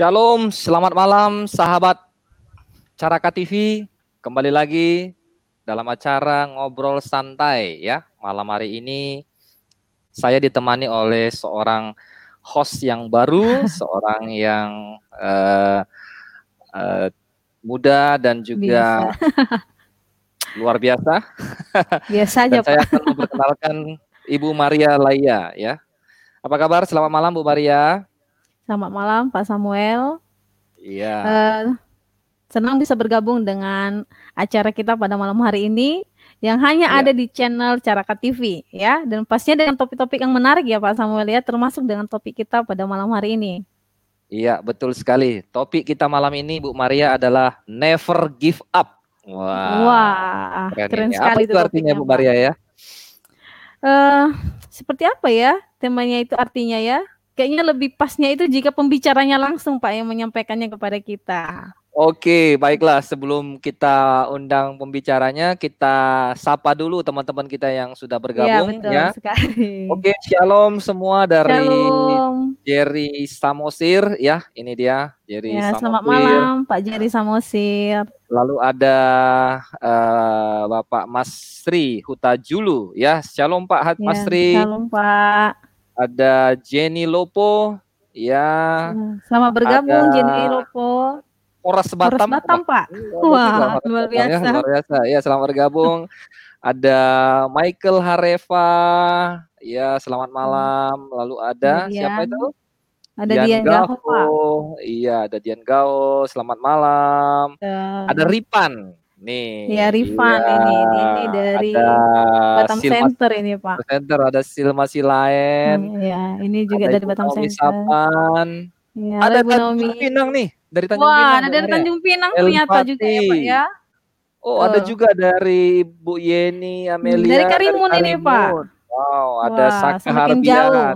Shalom, selamat malam sahabat Caraka TV. Kembali lagi dalam acara Ngobrol Santai ya. Malam hari ini saya ditemani oleh seorang host yang baru, seorang yang muda dan juga luar biasa. Biasa Dan aja, saya Pak. akan memperkenalkan Ibu Maria Laia ya. Apa kabar? Selamat malam Bu Maria. Selamat malam Pak Samuel. Iya. Senang bisa bergabung dengan acara kita pada malam hari ini yang hanya Iya. ada di channel Caraka TV ya, dan pastinya dengan topik-topik yang menarik ya Pak Samuel ya, termasuk dengan topik kita pada malam hari ini. Iya, betul sekali. Topik kita malam ini Bu Maria adalah Never Give Up. Wah, keren Ini. Apa sekali itu itu artinya topiknya Bu Pak. Maria ya? Seperti apa ya temanya itu artinya ya? Kayaknya lebih pasnya itu jika pembicaranya langsung Pak yang menyampaikannya kepada kita. Oke, baiklah. Sebelum kita undang pembicaranya, kita sapa dulu teman-teman kita yang sudah Iya, bergabung betul ya. sekali. Oke, shalom semua dari Shalom. Jerry Samosir ya. Ini dia Jerry Ya, selamat Samosir. malam Pak Jerry Samosir. Lalu ada Bapak Mas Sri Hutajulu ya. Shalom Pak Mas Ya, Sri. shalom Pak. Ada Jenny Lopo ya. Selamat bergabung Ada Jenny Lopo. Polres Polres Batam. Batam Pak. Ada juga Wah, Polres luar Batam ya, biasa. luar biasa. Ya, selamat bergabung. Ada Michael Hareva. Ya, selamat malam. Lalu ada siapa itu? Ada Dian Gaho Pak. Iya, ada Dian Gao. Selamat malam. Ada Ripan. Nih. Ya, Rifan iya. ini dari ada Batam Center ini Pak. Center, ada Silma Silaen. Ya, ini juga ada dari Batam Naomi Center. Sapan. Ya, Ada Ibu Naomi. Tanjung Pinang nih, dari Tanjung Wah, Pinang. ada dari Tanjung Pinang El ternyata Pati. juga ya Pak ya. Oh, ada juga dari Bu Yeni Amelia. Dari Karimun ini Pak. Wow, ada Saka semakin Harbiat. jauh.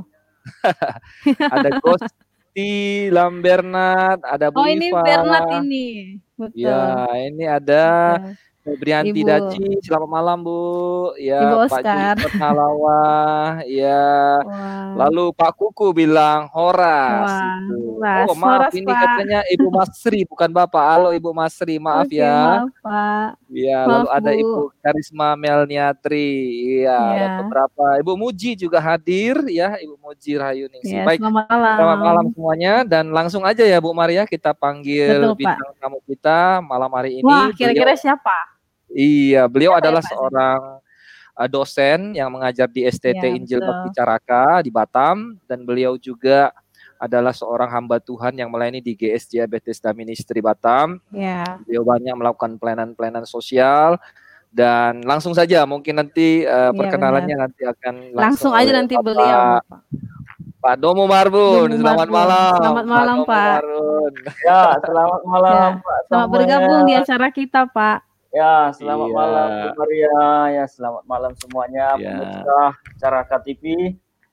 Ada Gusti Lambernat, ada Bu Oh, ini Iva. Bernat ini. Betul. Ya, ini ada Febrianti Ibu. Daci, selamat malam Bu. Ya, Ibu Pak Oscar. Juniper Halawah. Ya. Wah. Lalu Pak Kuku bilang Horas. Wah, Oh, maaf, Horas, ini Pak. katanya Ibu Masri, bukan Bapak. Halo Ibu Masri, maaf Oke, ya. maaf Pak. Iya, Maaf, lalu ada Bu. Ibu Karisma Melniatri. Iya, dan beberapa Ibu Muji juga hadir ya, Ibu Muji Rahayuningsi. Ya, Baik. selamat malam. Selamat malam semuanya, dan langsung aja ya Bu Maria, kita panggil Betul, bintang Pak. tamu kita malam hari ini. Wah, kira-kira siapa? Iya, beliau Siapa adalah ya, Pak? seorang dosen yang mengajar di STT Ya, Injil betul. Bakti Caraka di Batam, dan beliau juga adalah seorang hamba Tuhan yang melayani di GSJ Bethesda Ministry Batam. Ya. Beliau banyak melakukan pelayanan-pelayanan sosial, dan langsung saja mungkin nanti perkenalannya nanti akan langsung aja nanti beliau, Bapak. Pak Domo Marbun, selamat malam. Selamat malam, Pak. Ya, selamat malam, Pak. Selamat bergabung di acara kita, Pak. Ya, selamat malam Bu Maria. Ya, selamat malam semuanya pemirsa Caraka TV.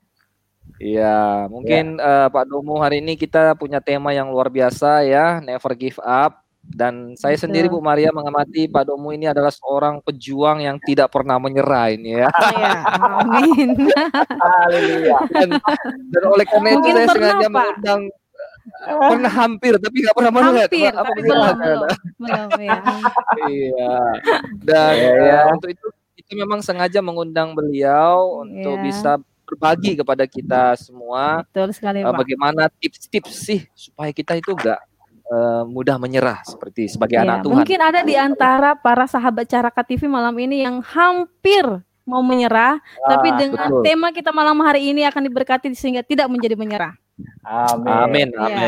Iya, mungkin Pak Domo, hari ini kita punya tema yang luar biasa ya, Never Give Up. Dan saya sendiri Bu Maria mengamati Pak Domo ini adalah seorang pejuang yang tidak pernah menyerah ini ya. Amin. Haleluya. Dan oleh karena itu saya sengaja mengundang, pernah hampir tapi nggak pernah menyerah. Tapi belum ya. Iya. Dan untuk itu kita memang sengaja mengundang beliau untuk bisa berbagi kepada kita semua. Betul sekali, Pak. Bagaimana tips-tips sih supaya kita itu enggak mudah menyerah sebagai anak Tuhan. Mungkin ada di antara para sahabat Caraka TV malam ini yang hampir mau menyerah, tapi dengan tema kita malam hari ini akan diberkati sehingga tidak menjadi menyerah. Amin.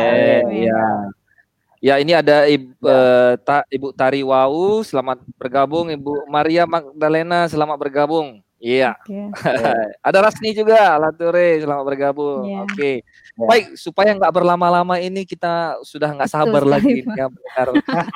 Ya, ini ada Ibu Tari Wau, selamat bergabung. Ibu Maria Magdalena, selamat bergabung. Iya. Ada Rasni juga, Lature, selamak bergabung. Oke. Baik, supaya nggak berlama-lama ini kita sudah nggak sabar lagi ya mendengar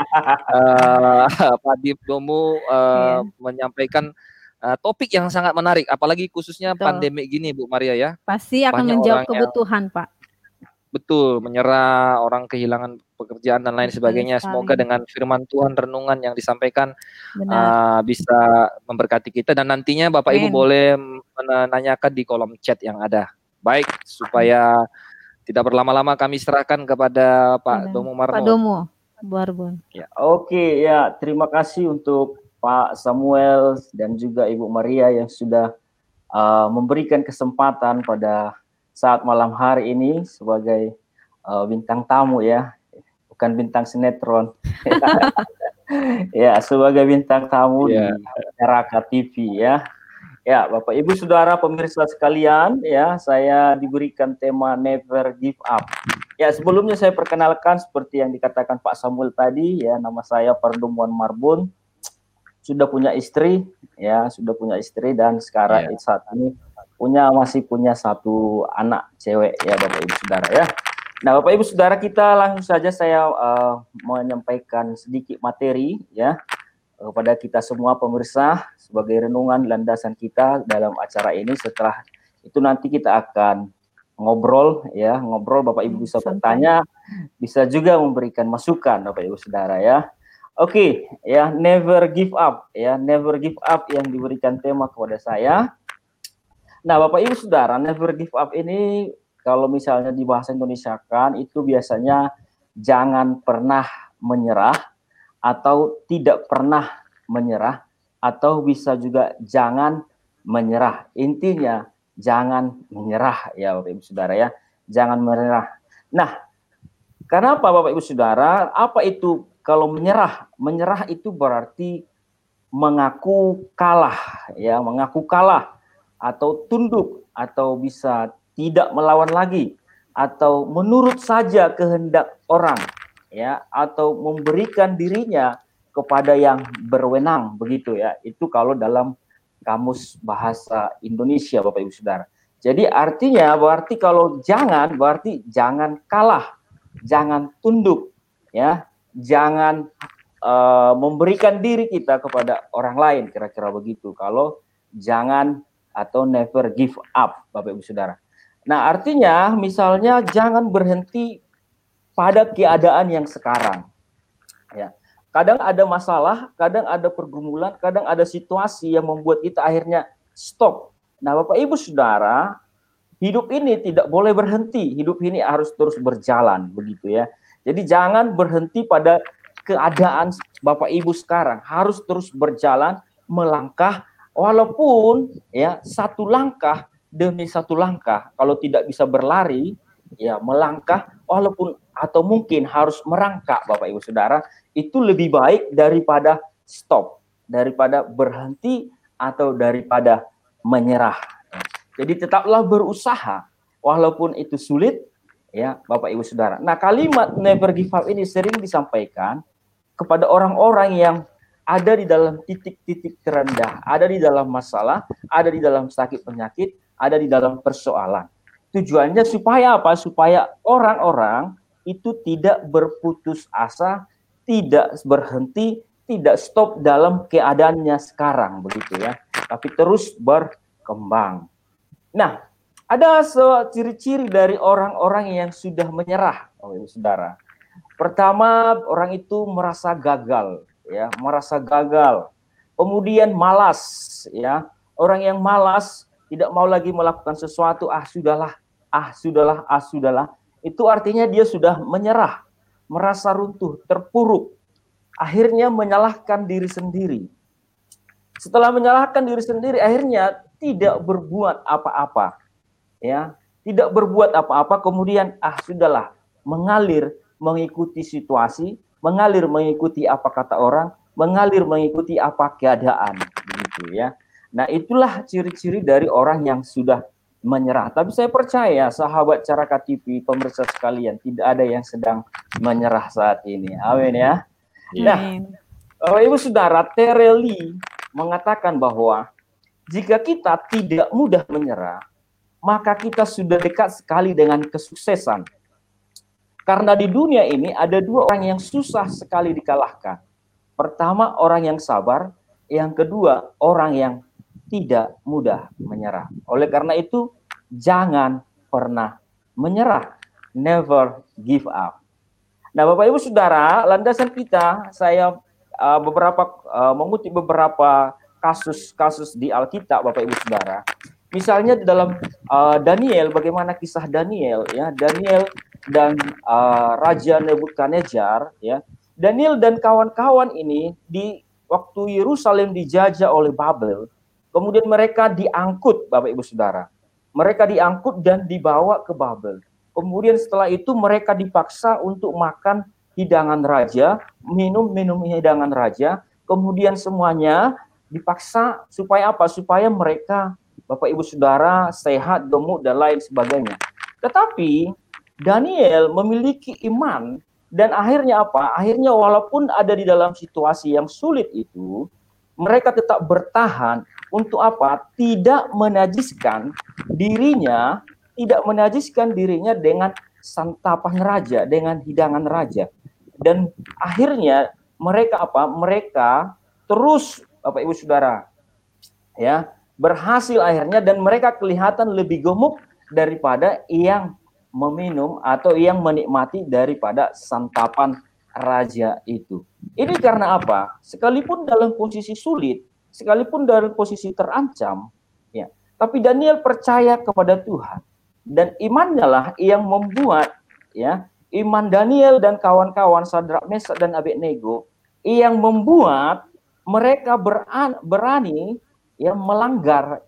Pak Domo menyampaikan topik yang sangat menarik, apalagi khususnya pandemi gini, Bu Maria ya. Pasti akan menjawab kebutuhan, Pak. Betul, menyerah, orang kehilangan pekerjaan dan lain sebagainya. Semoga dengan firman Tuhan, renungan yang disampaikan bisa memberkati kita, dan nantinya Bapak Ibu boleh menanyakan di kolom chat yang ada. Baik, supaya tidak berlama-lama kami serahkan kepada Pak Domo Marno. Pak Domo Barbun. Ya, oke ya, terima kasih untuk Pak Samuel dan juga Ibu Maria yang sudah memberikan kesempatan pada saat malam hari ini sebagai bintang tamu ya, bukan bintang sinetron. Ya, sebagai bintang tamu di Caraka TV ya. Ya, Bapak Ibu Saudara pemirsa sekalian, ya, saya diberikan tema Never Give Up. Ya, sebelumnya saya perkenalkan seperti yang dikatakan Pak Samuel tadi, ya, nama saya Perdomuan Marbun. Sudah punya istri, ya, sudah punya istri dan sekarang saat ini masih punya satu anak cewek ya, Bapak Ibu Saudara ya. Nah, Bapak Ibu Saudara, kita langsung saja saya menyampaikan sedikit materi ya kepada kita semua pemirsa sebagai renungan landasan kita dalam acara ini. Setelah itu nanti kita akan ngobrol ya, Bapak Ibu bisa bertanya, bisa juga memberikan masukan Bapak Ibu Saudara ya. Oke, ya, never give up ya, never give up yang diberikan tema kepada saya. Nah, Bapak Ibu Saudara, never give up ini kalau misalnya di bahasa Indonesia kan itu biasanya jangan pernah menyerah atau tidak pernah menyerah atau bisa juga jangan menyerah. Intinya jangan menyerah ya Bapak Ibu Saudara ya, jangan menyerah. Nah, kenapa Bapak Ibu Saudara? Apa itu kalau menyerah? Menyerah itu berarti mengaku kalah ya, mengaku kalah atau tunduk atau bisa tidak melawan lagi atau menurut saja kehendak orang ya, atau memberikan dirinya kepada yang berwenang begitu ya. Itu kalau dalam kamus bahasa Indonesia Bapak Ibu Saudara. Jadi artinya berarti kalau jangan berarti jangan kalah, jangan tunduk ya, jangan memberikan diri kita kepada orang lain, kira-kira begitu. Kalau jangan atau never give up Bapak Ibu Saudara. Nah, artinya misalnya jangan berhenti pada keadaan yang sekarang. Ya. Kadang ada masalah, kadang ada pergumulan, kadang ada situasi yang membuat kita akhirnya stop. Nah, Bapak Ibu Saudara, hidup ini tidak boleh berhenti. Hidup ini harus terus berjalan, begitu ya. Jadi jangan berhenti pada keadaan Bapak Ibu sekarang, harus terus berjalan, melangkah, walaupun ya satu langkah demi satu langkah. Kalau tidak bisa berlari, ya melangkah, walaupun atau mungkin harus merangkak Bapak Ibu Saudara, itu lebih baik daripada stop, daripada berhenti atau daripada menyerah. Jadi tetaplah berusaha walaupun itu sulit ya Bapak Ibu Saudara. Nah, kalimat never give up ini sering disampaikan kepada orang-orang yang ada di dalam titik-titik terendah, ada di dalam masalah, ada di dalam sakit penyakit, ada di dalam persoalan. Tujuannya supaya apa? Supaya orang-orang itu tidak berputus asa, tidak berhenti, tidak stop dalam keadaannya sekarang, begitu ya. Tapi terus berkembang. Nah, ada ciri-ciri dari orang-orang yang sudah menyerah, Saudara. Pertama, orang itu merasa gagal, ya, merasa gagal. Kemudian malas, ya. Orang yang malas tidak mau lagi melakukan sesuatu, sudahlah. Itu artinya dia sudah menyerah, merasa runtuh, terpuruk. Akhirnya menyalahkan diri sendiri. Setelah menyalahkan diri sendiri, akhirnya tidak berbuat apa-apa. Ya, tidak berbuat apa-apa, kemudian sudahlah, mengalir mengikuti situasi, mengalir mengikuti apa kata orang, mengalir mengikuti apa keadaan, begitu ya. Nah, itulah ciri-ciri dari orang yang sudah menyerah. Tapi saya percaya sahabat Caraka TV, pemirsa sekalian, tidak ada yang sedang menyerah saat ini. Amin ya. Nah, Ibu Saudara, Tereli mengatakan bahwa jika kita tidak mudah menyerah, maka kita sudah dekat sekali dengan kesuksesan. Karena di dunia ini ada dua orang yang susah sekali dikalahkan. Pertama, orang yang sabar. Yang kedua, orang yang tidak mudah menyerah. Oleh karena itu, jangan pernah menyerah. Never give up. Nah, Bapak Ibu Saudara, landasan kita, saya mengutip beberapa kasus-kasus di Alkitab, Bapak Ibu Saudara. Misalnya di dalam Daniel, bagaimana kisah Daniel, ya, Daniel dan Raja Nebukadnezar, ya, Daniel dan kawan-kawan ini di waktu Yerusalem dijajah oleh Babel, kemudian mereka diangkut, Bapak Ibu Saudara, mereka diangkut dan dibawa ke Babel. Kemudian setelah itu mereka dipaksa untuk makan hidangan raja, minum hidangan raja, kemudian semuanya dipaksa supaya apa? Supaya mereka, Bapak Ibu Saudara, sehat, gemuk, dan lain sebagainya. Tetapi Daniel memiliki iman, dan akhirnya apa? Akhirnya walaupun ada di dalam situasi yang sulit itu, mereka tetap bertahan untuk apa? Tidak menajiskan dirinya, dengan santapan raja, dengan hidangan raja. Dan akhirnya mereka apa? Mereka terus, Bapak Ibu Saudara, ya, berhasil akhirnya, dan mereka kelihatan lebih gemuk daripada yang meminum atau yang menikmati daripada santapan raja itu. Ini karena apa? Sekalipun dalam posisi sulit, sekalipun dalam posisi terancam, ya, tapi Daniel percaya kepada Tuhan, dan imannya lah yang membuat, ya, iman Daniel dan kawan-kawan Sadrak, Mesak, dan Abednego yang membuat mereka berani ya melanggar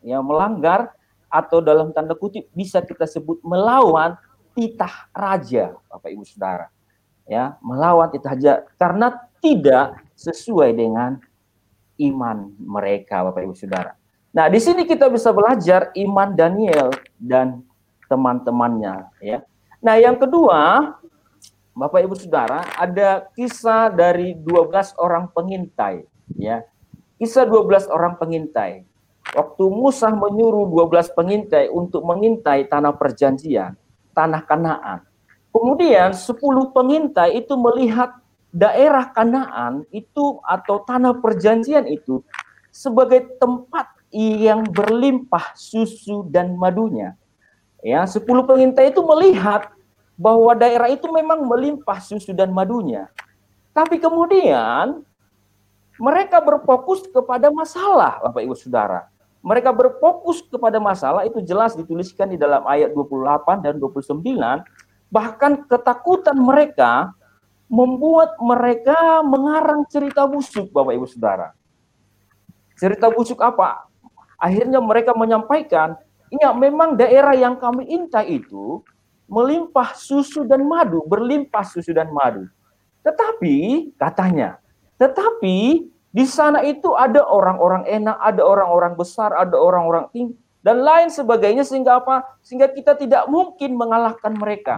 atau dalam tanda kutip bisa kita sebut melawan titah raja, Bapak Ibu Saudara. Ya, melawan titah raja karena tidak sesuai dengan iman mereka, Bapak Ibu Saudara. Nah, di sini kita bisa belajar iman Daniel dan teman-temannya, ya. Nah, yang kedua, Bapak Ibu Saudara, ada kisah dari 12 orang pengintai, ya. Kisah 12 orang pengintai. Waktu Musa menyuruh 12 pengintai untuk mengintai tanah perjanjian, tanah Kanaan. Kemudian 10 pengintai itu melihat daerah Kanaan itu atau tanah perjanjian itu sebagai tempat yang berlimpah susu dan madunya. Ya, 10 pengintai itu melihat bahwa daerah itu memang melimpah susu dan madunya. Tapi kemudian mereka berfokus kepada masalah, Bapak Ibu Saudara. Mereka berfokus kepada masalah, itu jelas dituliskan di dalam ayat 28 dan 29. Bahkan ketakutan mereka membuat mereka mengarang cerita busuk, Bapak Ibu Saudara. Cerita busuk apa? Akhirnya mereka menyampaikan, ya memang daerah yang kami intai itu melimpah susu dan madu, berlimpah susu dan madu. Tetapi, katanya, di sana itu ada orang-orang enak, ada orang-orang besar, ada orang-orang tinggi, dan lain sebagainya, sehingga apa? Sehingga kita tidak mungkin mengalahkan mereka.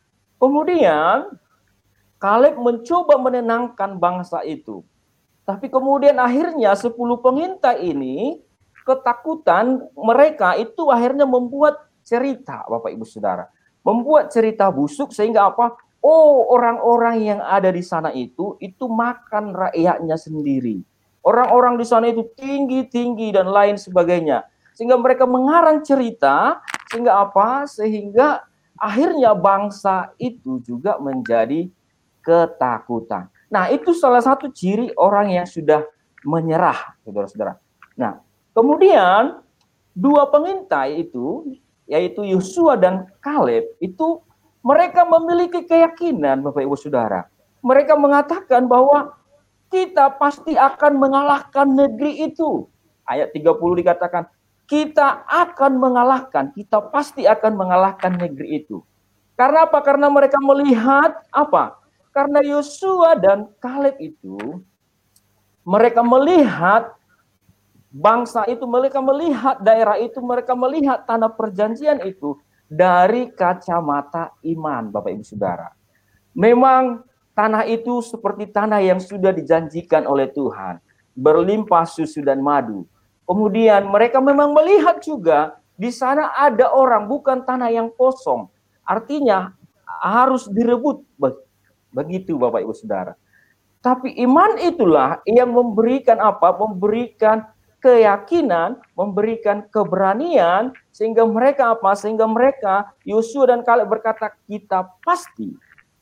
Kemudian, Kaleb mencoba menenangkan bangsa itu. Tapi kemudian akhirnya 10 pengintai ini, ketakutan mereka itu akhirnya membuat cerita, Bapak Ibu Saudara. Membuat cerita busuk sehingga apa? Oh, orang-orang yang ada di sana itu makan rakyatnya sendiri. Orang-orang di sana itu tinggi-tinggi dan lain sebagainya. Sehingga mereka mengarang cerita, sehingga apa? Sehingga akhirnya bangsa itu juga menjadi ketakutan. Nah, itu salah satu ciri orang yang sudah menyerah, saudara-saudara. Nah, kemudian 2 pengintai itu, yaitu Yosua dan Kaleb, itu mereka memiliki keyakinan, Bapak Ibu Saudara. Mereka mengatakan bahwa kita pasti akan mengalahkan negeri itu. Ayat 30 dikatakan, kita akan mengalahkan, kita pasti akan mengalahkan negeri itu. Karena apa? Karena mereka melihat apa? Karena Yosua dan Kaleb itu, mereka melihat bangsa itu, mereka melihat daerah itu, mereka melihat tanah perjanjian itu dari kacamata iman, Bapak Ibu Saudara. Memang tanah itu seperti tanah yang sudah dijanjikan oleh Tuhan, berlimpah susu dan madu. Kemudian mereka memang melihat juga di sana ada orang, bukan tanah yang kosong. Artinya harus direbut. Begitu Bapak Ibu Saudara. Tapi iman itulah yang memberikan apa? Memberikan keyakinan, memberikan keberanian, sehingga mereka apa? Sehingga mereka, Yosua dan Kaleb berkata, kita pasti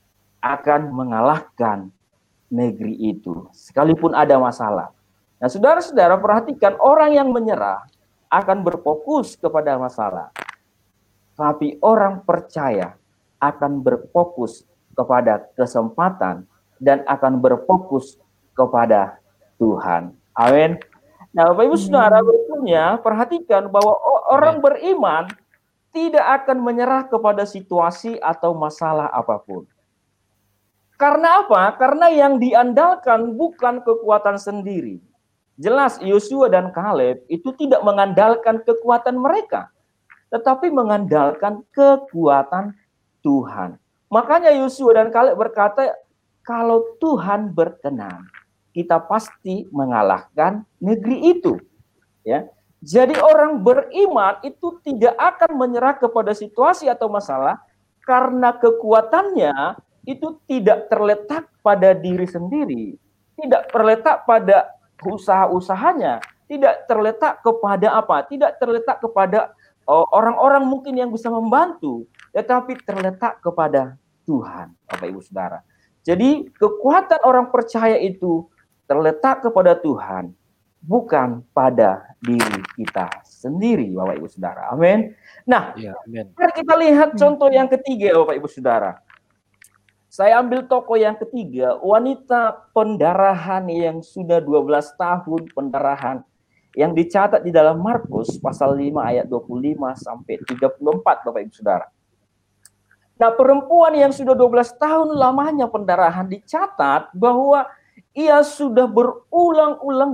akan mengalahkan negeri itu, sekalipun ada masalah. Nah, saudara-saudara perhatikan, orang yang menyerah akan berfokus kepada masalah. Tapi orang percaya akan berfokus kepada kesempatan dan akan berfokus kepada Tuhan. Amin. Nah, Bapak Ibu Saudara, berikutnya perhatikan bahwa orang beriman tidak akan menyerah kepada situasi atau masalah apapun. Karena apa? Karena yang diandalkan bukan kekuatan sendiri. Jelas Yosua dan Kaleb itu tidak mengandalkan kekuatan mereka, tetapi mengandalkan kekuatan Tuhan. Makanya Yosua dan Kaleb berkata, kalau Tuhan berkenan, kita pasti mengalahkan negeri itu. Ya. Jadi orang beriman itu tidak akan menyerah kepada situasi atau masalah karena kekuatannya itu tidak terletak pada diri sendiri, tidak terletak pada usaha-usahanya, tidak terletak kepada apa? Tidak terletak kepada orang-orang mungkin yang bisa membantu, tetapi terletak kepada Tuhan, Bapak Ibu Saudara. Jadi kekuatan orang percaya itu terletak kepada Tuhan, bukan pada diri kita sendiri, Bapak Ibu Saudara. Amin. Nah, mari kita lihat contoh yang ketiga, Bapak Ibu Saudara. Saya ambil tokoh yang ketiga, wanita pendarahan yang sudah 12 tahun pendarahan, yang dicatat di dalam Markus pasal 5 ayat 25 sampai 34, Bapak Ibu Saudara. Nah, perempuan yang sudah 12 tahun lamanya pendarahan dicatat bahwa ia sudah berulang-ulang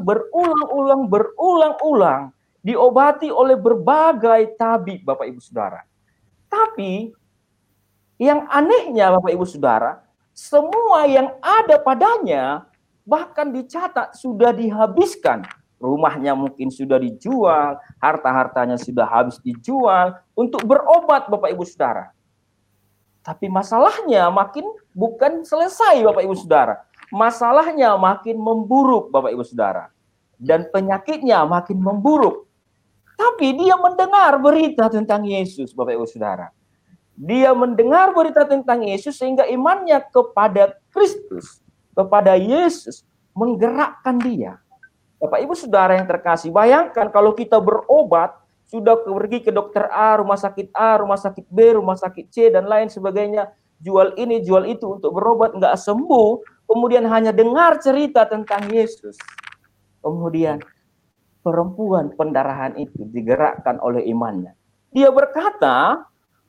diobati oleh berbagai tabib, Bapak Ibu Saudara. Tapi yang anehnya, Bapak Ibu Saudara, semua yang ada padanya bahkan dicatat sudah dihabiskan. Rumahnya mungkin sudah dijual, harta-hartanya sudah habis dijual untuk berobat, Bapak Ibu Saudara. Tapi masalahnya makin bukan selesai, Bapak Ibu Saudara. Masalahnya makin memburuk, Bapak Ibu Saudara. Dan penyakitnya makin memburuk. Tapi dia mendengar berita tentang Yesus, Bapak Ibu Saudara. Dia mendengar berita tentang Yesus sehingga imannya kepada Kristus, kepada Yesus, menggerakkan dia. Bapak Ibu Saudara yang terkasih, bayangkan kalau kita berobat, sudah pergi ke dokter A, rumah sakit B, rumah sakit C, dan lain sebagainya, jual ini, jual itu untuk berobat, nggak sembuh, kemudian hanya dengar cerita tentang Yesus. Kemudian perempuan pendarahan itu digerakkan oleh imannya. Dia berkata,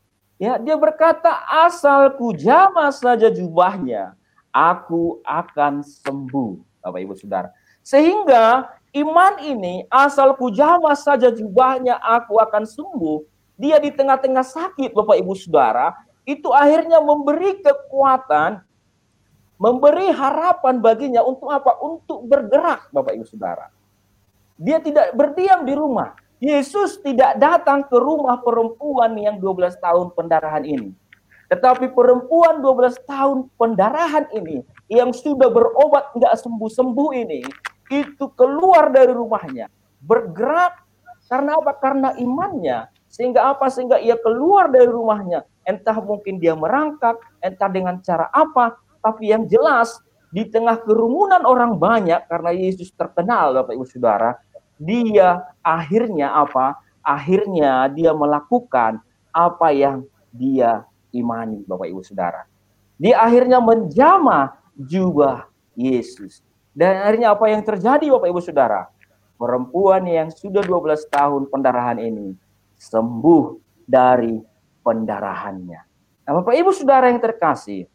asal ku jamah saja jubahnya, aku akan sembuh, Bapak Ibu Saudara. Sehingga iman ini, asal ku jamah saja jubahnya, aku akan sembuh. Dia di tengah-tengah sakit, Bapak Ibu Saudara, itu akhirnya memberi kekuatan, memberi harapan baginya untuk apa? Untuk bergerak, Bapak Ibu Saudara. Dia tidak berdiam di rumah. Yesus tidak datang ke rumah perempuan yang 12 tahun pendarahan ini. Tetapi perempuan 12 tahun pendarahan ini, yang sudah berobat nggak sembuh-sembuh ini, itu keluar dari rumahnya. Bergerak, karena apa? Karena imannya. Sehingga apa? Sehingga ia keluar dari rumahnya. Entah mungkin dia merangkak, entah dengan cara apa, tapi yang jelas, di tengah kerumunan orang banyak, karena Yesus terkenal, Bapak Ibu Saudara, dia akhirnya apa? Akhirnya dia melakukan apa yang dia imani, Bapak Ibu Saudara. Dia akhirnya menjamah jubah Yesus. Dan akhirnya apa yang terjadi, Bapak Ibu Saudara? Perempuan yang sudah 12 tahun pendarahan ini sembuh dari pendarahannya. Nah, Bapak Ibu Saudara yang terkasih,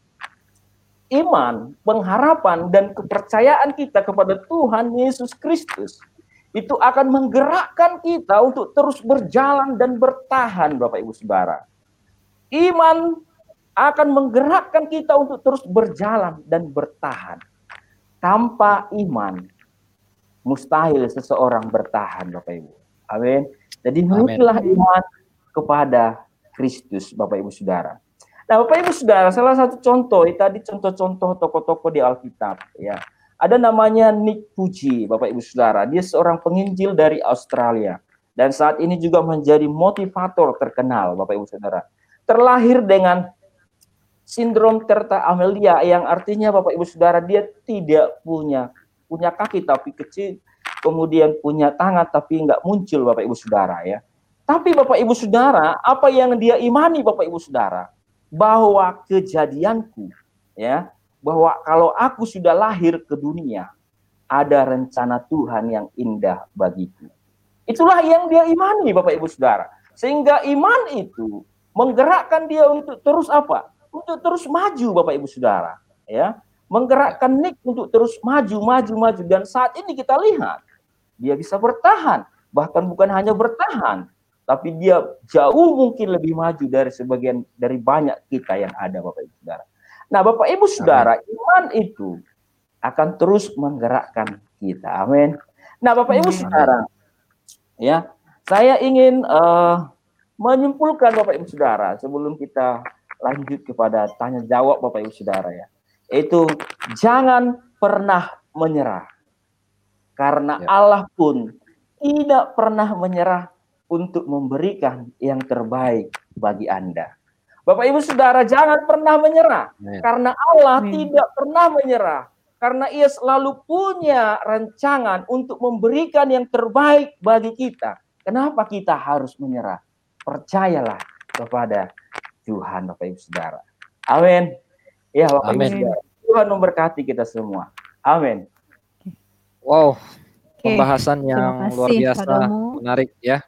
iman, pengharapan, dan kepercayaan kita kepada Tuhan Yesus Kristus itu akan menggerakkan kita untuk terus berjalan dan bertahan, Bapak Ibu Saudara. Iman akan menggerakkan kita untuk terus berjalan dan bertahan. Tanpa iman, mustahil seseorang bertahan, Bapak Ibu. Amin. Jadi milikilah iman kepada Kristus, Bapak Ibu Saudara. Nah, Bapak Ibu Saudara, salah satu contoh, tadi contoh-contoh tokoh-tokoh di Alkitab, ya. Ada namanya Nick Pucci, Bapak Ibu Saudara. Dia seorang penginjil dari Australia. Dan saat ini juga menjadi motivator terkenal, Bapak Ibu Saudara. Terlahir dengan sindrom Terta Amelia, yang artinya, Bapak Ibu Saudara, dia tidak punya kaki tapi kecil, kemudian punya tangan tapi nggak muncul Bapak Ibu Saudara ya. Tapi Bapak Ibu Saudara, apa yang dia imani Bapak Ibu Saudara? Bahwa kejadianku ya, bahwa kalau aku sudah lahir ke dunia, ada rencana Tuhan yang indah bagiku. Itulah yang dia imani Bapak Ibu Saudara. Sehingga iman itu menggerakkan dia untuk terus apa? Untuk terus maju Bapak Ibu Saudara, ya. Menggerakkan Nick untuk terus maju. Dan saat ini kita lihat dia bisa bertahan, bahkan bukan hanya bertahan, tapi dia jauh mungkin lebih maju dari banyak kita yang ada Bapak Ibu Saudara. Nah, Bapak Ibu Saudara, iman itu akan terus menggerakkan kita. Amin. Nah, Bapak Ibu Saudara, ya, saya ingin menyimpulkan Bapak Ibu Saudara sebelum kita lanjut kepada tanya jawab Bapak Ibu Saudara ya. Itu jangan pernah menyerah. Karena Allah pun tidak pernah menyerah untuk memberikan yang terbaik bagi Anda. Bapak Ibu Saudara, jangan pernah menyerah. Karena Allah tidak pernah menyerah. Karena Ia selalu punya rancangan untuk memberikan yang terbaik bagi kita. Kenapa kita harus menyerah? Percayalah kepada Tuhan, Bapak Ibu Saudara. Amin. Ya, Bapak Ibu Saudara. Tuhan memberkati kita semua. Amin. Wow, pembahasan yang luar biasa, menarik ya.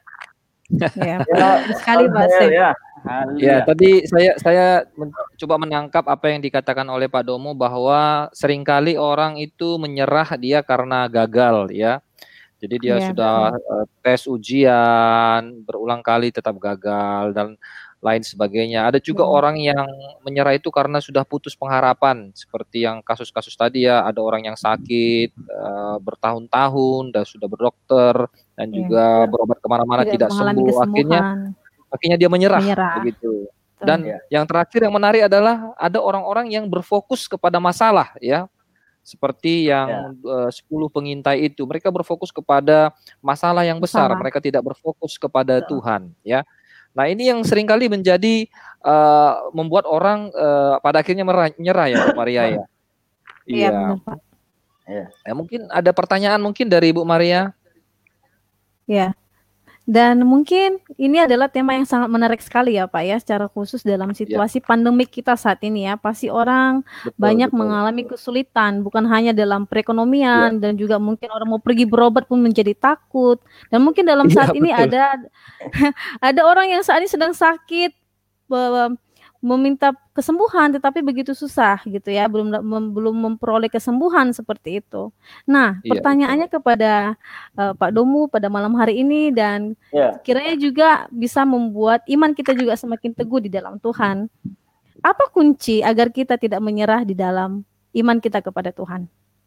Ya, sekali Pak Sep. Ya, tadi saya coba menangkap apa yang dikatakan oleh Pak Domo bahwa seringkali orang itu menyerah dia karena gagal ya. Jadi dia sudah tes ujian berulang kali tetap gagal dan lain sebagainya. Ada juga orang yang menyerah itu karena sudah putus pengharapan, seperti yang kasus-kasus tadi ya. Ada orang yang sakit bertahun-tahun dan sudah berdokter dan juga berobat kemana-mana tidak sembuh. Akhirnya dia menyerah. Begitu. Dan yang terakhir yang menarik adalah ada orang-orang yang berfokus kepada masalah ya. Seperti yang 10 pengintai itu, mereka berfokus kepada masalah yang besar, mereka tidak berfokus kepada Tuhan ya. Nah, ini yang seringkali menjadi membuat orang pada akhirnya menyerah ya, Bu Maria ya. Iya, benar, Pak. Ya, mungkin ada pertanyaan mungkin dari Ibu Maria. Ya. Dan mungkin ini adalah tema yang sangat menarik sekali ya Pak ya, secara khusus dalam situasi pandemik kita saat ini ya. Pasti orang banyak mengalami kesulitan, bukan hanya dalam perekonomian dan juga mungkin orang mau pergi berobat pun menjadi takut. Dan mungkin dalam saat ini ada orang yang saat ini sedang sakit, meminta kesembuhan tetapi begitu susah gitu ya, belum memperoleh kesembuhan seperti itu. Nah, pertanyaannya kepada Pak Domo pada malam hari ini dan kiranya juga bisa membuat iman kita juga semakin teguh di dalam Tuhan. Apa kunci agar kita tidak menyerah di dalam iman kita kepada Tuhan?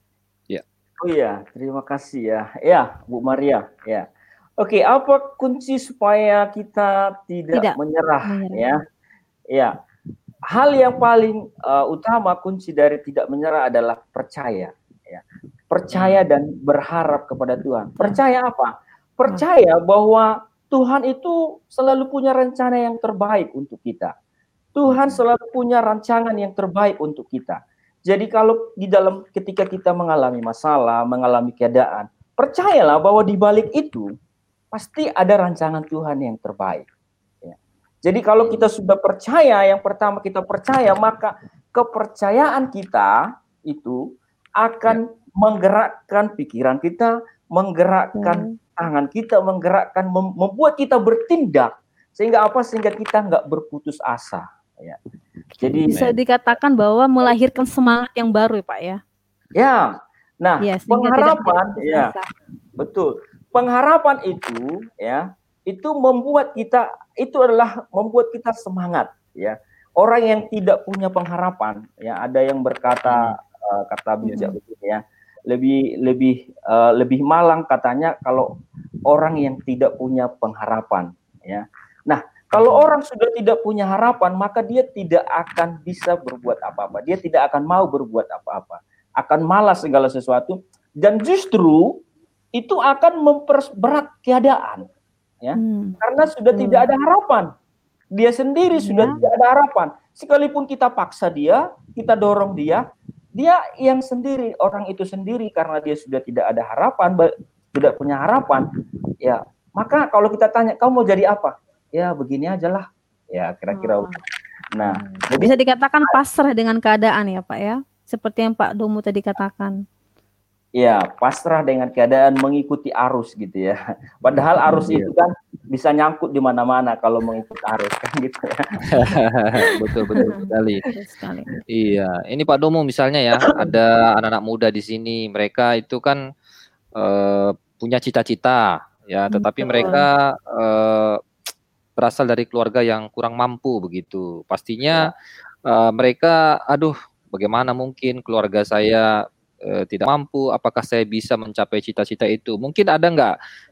Oh iya, terima kasih ya. Ya, Bu Maria, ya. Oke, apa kunci supaya kita tidak menyerah ya? Ya, hal yang paling utama kunci dari tidak menyerah adalah percaya. Ya. Percaya dan berharap kepada Tuhan. Percaya apa? Percaya bahwa Tuhan itu selalu punya rencana yang terbaik untuk kita. Tuhan selalu punya rancangan yang terbaik untuk kita. Jadi kalau ketika kita mengalami masalah, mengalami keadaan, percayalah bahwa di balik itu pasti ada rancangan Tuhan yang terbaik. Jadi kalau kita sudah percaya, yang pertama kita percaya, maka kepercayaan kita itu akan menggerakkan pikiran kita, menggerakkan tangan kita, membuat kita bertindak. Sehingga apa? Sehingga kita nggak berputus asa. Ya. Jadi bisa dikatakan bahwa melahirkan semangat yang baru, Pak ya. Ya, nah pengharapan, ya betul. Pengharapan itu, ya. Itu membuat kita membuat kita semangat ya. Orang yang tidak punya pengharapan ya, ada yang berkata kata bijak begitu ya, lebih malang katanya kalau orang yang tidak punya pengharapan ya. Nah, kalau orang sudah tidak punya harapan, maka dia tidak akan bisa berbuat apa-apa, dia tidak akan mau berbuat apa-apa, akan malas segala sesuatu, dan justru itu akan memperberat keadaan. Ya, karena sudah tidak ada harapan, dia sendiri sudah tidak ada harapan. Sekalipun kita paksa dia, kita dorong dia yang sendiri, orang itu sendiri karena dia sudah tidak ada harapan, tidak punya harapan, ya maka kalau kita tanya kamu mau jadi apa, ya begini aja lah, ya kira-kira. Nah, bisa dikatakan pasrah dengan keadaan ya Pak ya, seperti yang Pak Domo tadi katakan. Ya, pasrah dengan keadaan, mengikuti arus gitu ya. Padahal arus itu kan bisa nyangkut di mana-mana kalau mengikuti arus kan gitu ya. Betul sekali. Iya, ini Pak Domo misalnya ya, ada anak-anak muda di sini, mereka itu kan punya cita-cita ya, tetapi mereka berasal dari keluarga yang kurang mampu begitu. Pastinya mereka, aduh, bagaimana mungkin keluarga saya tidak mampu, apakah saya bisa mencapai cita-cita itu? Mungkin ada nggak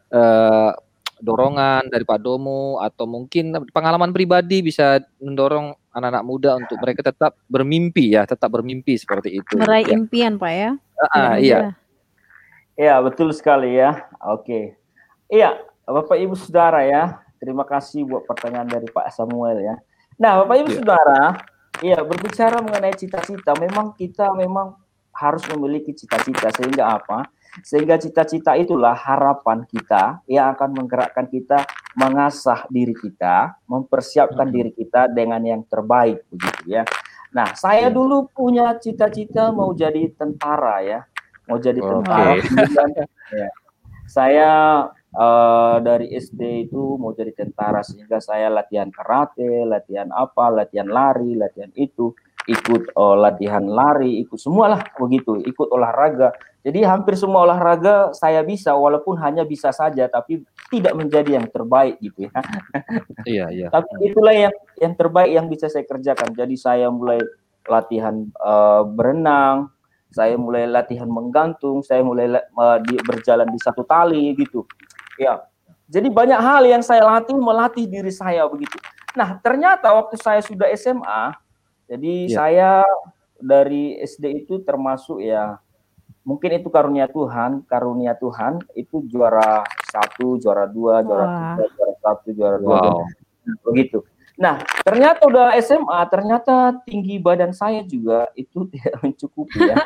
dorongan dari Pak Domo atau mungkin pengalaman pribadi bisa mendorong anak-anak muda untuk mereka tetap bermimpi ya, tetap bermimpi seperti itu. Meraih impian Pak ya? Iya. Iya, betul sekali ya. Oke. Iya, Bapak Ibu Saudara ya. Terima kasih buat pertanyaan dari Pak Samuel ya. Nah, Bapak Ibu Saudara, iya berbicara mengenai cita-cita, memang kita harus memiliki cita-cita sehingga apa? Sehingga cita-cita itulah harapan kita yang akan menggerakkan kita mengasah diri kita, mempersiapkan diri kita dengan yang terbaik begitu ya. Nah, saya dulu punya cita-cita mau jadi tentara ya. Mau jadi tentara. Ya. Saya dari SD itu mau jadi tentara sehingga saya latihan karate, latihan lari, latihan itu, ikut latihan lari, ikut semualah begitu, ikut olahraga. Jadi hampir semua olahraga saya bisa, walaupun hanya bisa saja, tapi tidak menjadi yang terbaik gitu ya. Iya. Tapi itulah yang terbaik yang bisa saya kerjakan. Jadi saya mulai latihan berenang, saya mulai latihan menggantung, saya mulai berjalan di satu tali gitu. Ya, jadi banyak hal yang saya melatih diri saya begitu. Nah, ternyata waktu saya sudah SMA, jadi saya dari SD itu termasuk ya, mungkin itu karunia Tuhan itu juara 1, juara 2, juara 3, juara 1, juara 2, begitu. Nah, ternyata udah SMA, ternyata tinggi badan saya juga itu tidak mencukupi ya.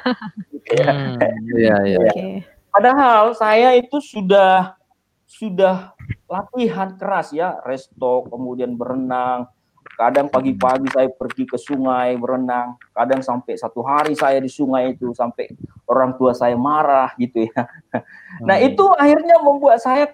Padahal saya itu sudah latihan keras ya, resto, kemudian berenang. Kadang pagi-pagi saya pergi ke sungai berenang. Kadang sampai 1 hari saya di sungai itu sampai orang tua saya marah gitu ya. Nah itu akhirnya membuat saya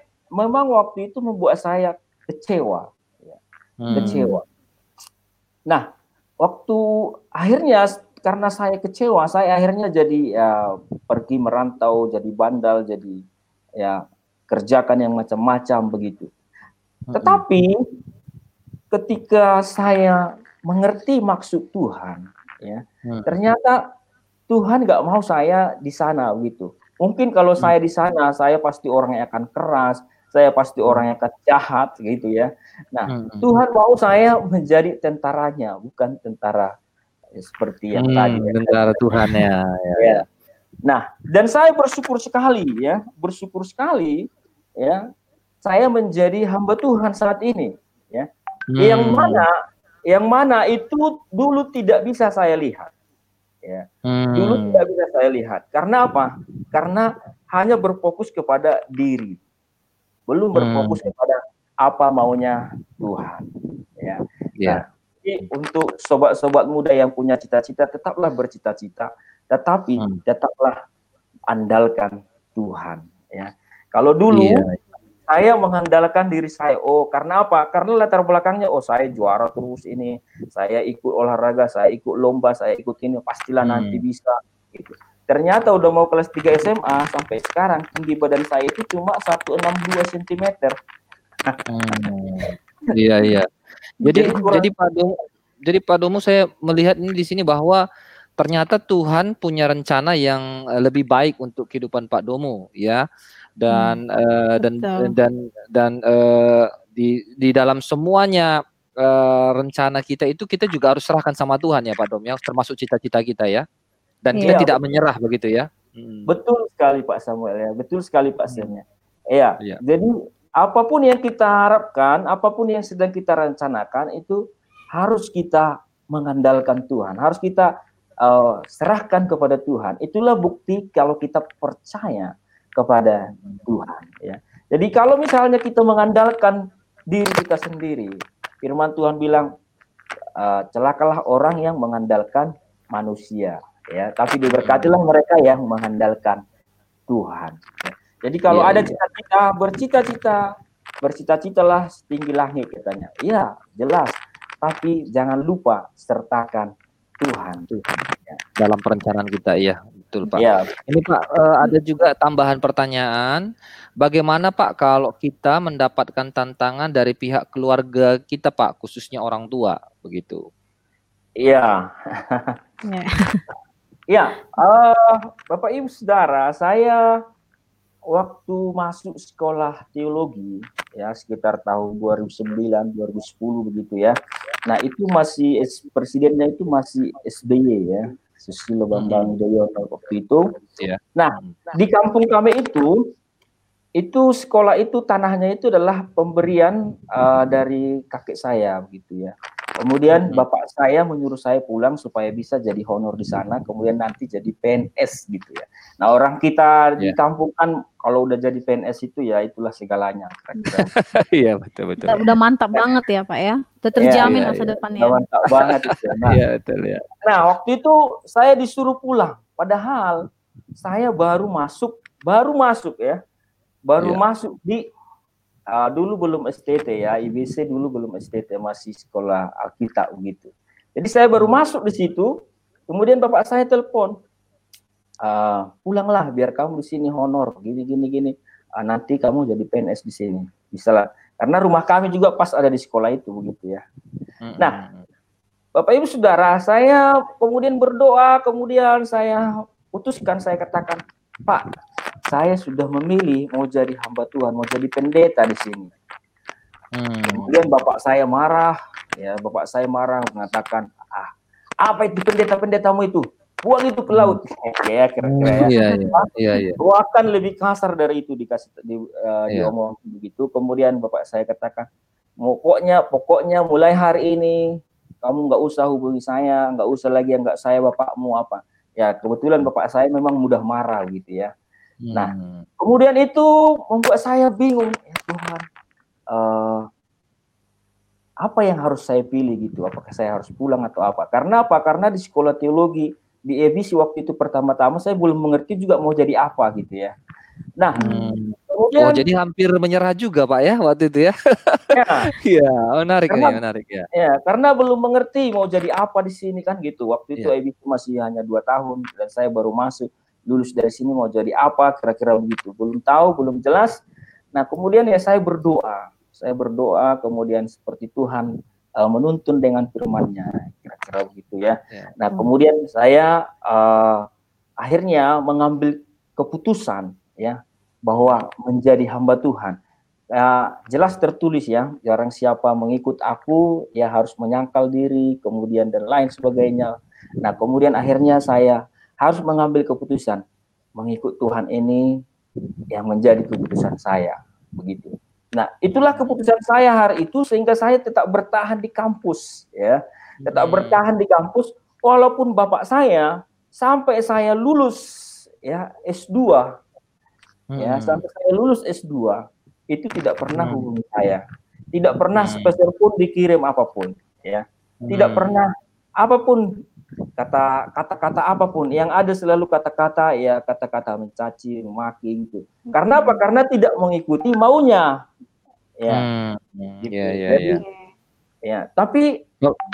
kecewa. Ya. Kecewa. Nah waktu akhirnya karena saya kecewa, saya akhirnya jadi pergi merantau, jadi bandal, jadi ya kerjakan yang macam-macam begitu. Tetapi ketika saya mengerti maksud Tuhan, ya ternyata Tuhan nggak mau saya di sana gitu. Mungkin kalau saya di sana, saya pasti orang yang akan keras, saya pasti orang yang akan jahat gitu ya. Nah, Tuhan mau saya menjadi tentaranya, bukan tentara seperti yang tadi. Tentara Tuhan ya. Nah, dan saya bersyukur sekali ya, saya menjadi hamba Tuhan saat ini ya. Yang mana itu dulu tidak bisa saya lihat. Ya. Dulu tidak bisa saya lihat. Karena apa? Karena hanya berfokus kepada diri. Belum berfokus kepada apa maunya Tuhan. Ya. Nah, jadi untuk sobat-sobat muda yang punya cita-cita, tetaplah bercita-cita, tetapi tetaplah andalkan Tuhan. Ya. Kalau dulu saya mengandalkan diri saya, karena apa? Karena latar belakangnya, saya juara terus ini, saya ikut olahraga, saya ikut lomba, saya ikut ini, pastilah nanti bisa. Gitu. Ternyata udah mau kelas 3 SMA, sampai sekarang tinggi badan saya itu cuma 162 cm. Iya. Jadi Pak Domo saya melihat ini di sini bahwa ternyata Tuhan punya rencana yang lebih baik untuk kehidupan Pak Domo ya. Dan di dalam semuanya rencana kita itu kita juga harus serahkan sama Tuhan ya Pak Dom ya, termasuk cita-cita kita ya, dan kita tidak menyerah begitu ya. Betul sekali Pak Samuel ya, betul sekali Pak Samuel. Iya. Jadi apapun yang kita harapkan, apapun yang sedang kita rencanakan itu harus kita mengandalkan Tuhan, harus kita serahkan kepada Tuhan. Itulah bukti kalau kita percaya kepada Tuhan ya. Jadi kalau misalnya kita mengandalkan diri kita sendiri, firman Tuhan bilang celakalah orang yang mengandalkan manusia ya, tapi diberkatilah mereka yang mengandalkan Tuhan. Ya. Jadi kalau ada cita-cita, bercita-citalah setinggi langit katanya. Iya, jelas. Tapi jangan lupa sertakan Tuhan. Ya. Dalam perencanaan kita, iya betul Pak. Ya. Ini Pak ada juga tambahan pertanyaan. Bagaimana Pak kalau kita mendapatkan tantangan dari pihak keluarga kita Pak, khususnya orang tua, begitu? Iya. Ya, Bapak Ibu Saudara, saya waktu masuk sekolah teologi ya sekitar tahun 2009 2010 begitu ya. Nah, itu masih presidennya itu masih SBY ya, Susilo Bambang Yudhoyono waktu itu. Yeah. Nah, di kampung kami itu sekolah itu tanahnya itu adalah pemberian dari kakek saya begitu ya. Kemudian bapak saya menyuruh saya pulang supaya bisa jadi honor di sana, kemudian nanti jadi PNS gitu ya. Nah, orang kita di kampung kan kalau udah jadi PNS itu ya itulah segalanya. Iya betul. Udah mantap banget ya Pak ya. Udah terjamin masa depannya. Udah mantap banget itu. Nah, iya betul ya. Nah, waktu itu saya disuruh pulang, padahal saya baru masuk ya. Masuk di dulu belum STT ya, IBC dulu belum STT, masih sekolah Alkitab begitu. Jadi saya baru masuk di situ, kemudian bapak saya telepon, pulanglah biar kamu di sini honor, gini. Nanti kamu jadi PNS di sini, bisa lah. Karena rumah kami juga pas ada di sekolah itu begitu ya. Nah, Bapak Ibu Saudara, saya kemudian berdoa, kemudian saya putuskan, saya katakan, Pak, saya sudah memilih mau jadi hamba Tuhan, mau jadi pendeta di sini. Kemudian bapak saya marah, mengatakan, apa itu pendeta-pendetamu itu? Buang itu ke laut. Ya kira-kira ya. Iya. Akan lebih kasar dari itu diomong begitu. Kemudian bapak saya katakan, pokoknya mulai hari ini kamu nggak usah hubungi saya, nggak usah lagi nggak saya bapakmu apa. Ya kebetulan bapak saya memang mudah marah gitu ya. Nah, kemudian itu membuat saya bingung, ya Tuhan, apa yang harus saya pilih gitu? Apakah saya harus pulang atau apa? Karena apa? Karena di sekolah teologi di EBC waktu itu pertama-tama saya belum mengerti juga mau jadi apa gitu ya. Nah, kemudian, jadi hampir menyerah juga Pak ya waktu itu ya? Iya, menarik ya. Ya, karena belum mengerti mau jadi apa di sini kan gitu. Waktu itu EBC masih hanya 2 tahun dan saya baru masuk. Lulus dari sini mau jadi apa kira-kira begitu, belum tahu, belum jelas. Nah, kemudian ya saya berdoa kemudian seperti Tuhan menuntun dengan firman-Nya kira-kira begitu ya. Nah, kemudian saya akhirnya mengambil keputusan ya bahwa menjadi hamba Tuhan. Jelas tertulis ya, jarang siapa mengikut aku ya harus menyangkal diri kemudian dan lain sebagainya. Nah, kemudian akhirnya saya harus mengambil keputusan mengikut Tuhan ini yang menjadi keputusan saya begitu. Nah, itulah keputusan saya hari itu sehingga saya tetap bertahan di kampus ya. Tetap bertahan di kampus walaupun bapak saya sampai saya lulus ya S2 ya, sampai saya lulus S2 itu tidak pernah hubungi saya. Tidak pernah sepeser pun dikirim apapun ya. Tidak pernah apapun kata-kata apapun yang ada selalu kata-kata mencaci, memaki gitu. Karena apa? Karena tidak mengikuti maunya. Ya. Gitu. Ya, tapi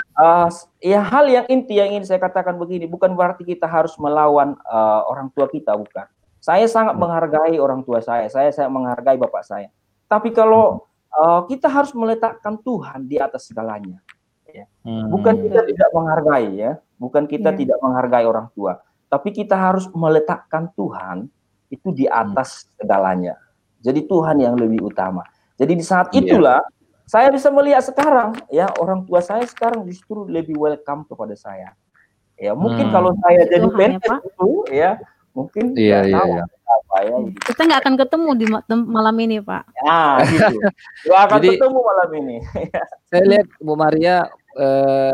hal yang inti yang ingin saya katakan begini, bukan berarti kita harus melawan orang tua kita, bukan. Saya sangat menghargai orang tua saya sangat menghargai bapak saya. Tapi kalau kita harus meletakkan Tuhan di atas segalanya. Ya. Bukan kita tidak menghargai ya, bukan kita tidak menghargai orang tua, tapi kita harus meletakkan Tuhan itu di atas segalanya. Jadi Tuhan yang lebih utama. Jadi di saat itulah saya bisa melihat sekarang ya orang tua saya sekarang justru lebih welcome kepada saya. Ya mungkin kalau saya jadi PNS itu ya mungkin apa ya. Gitu. Kita nggak akan ketemu di malam ini Pak. Gitu. Nggak akan ketemu malam ini. Saya lihat Bu Maria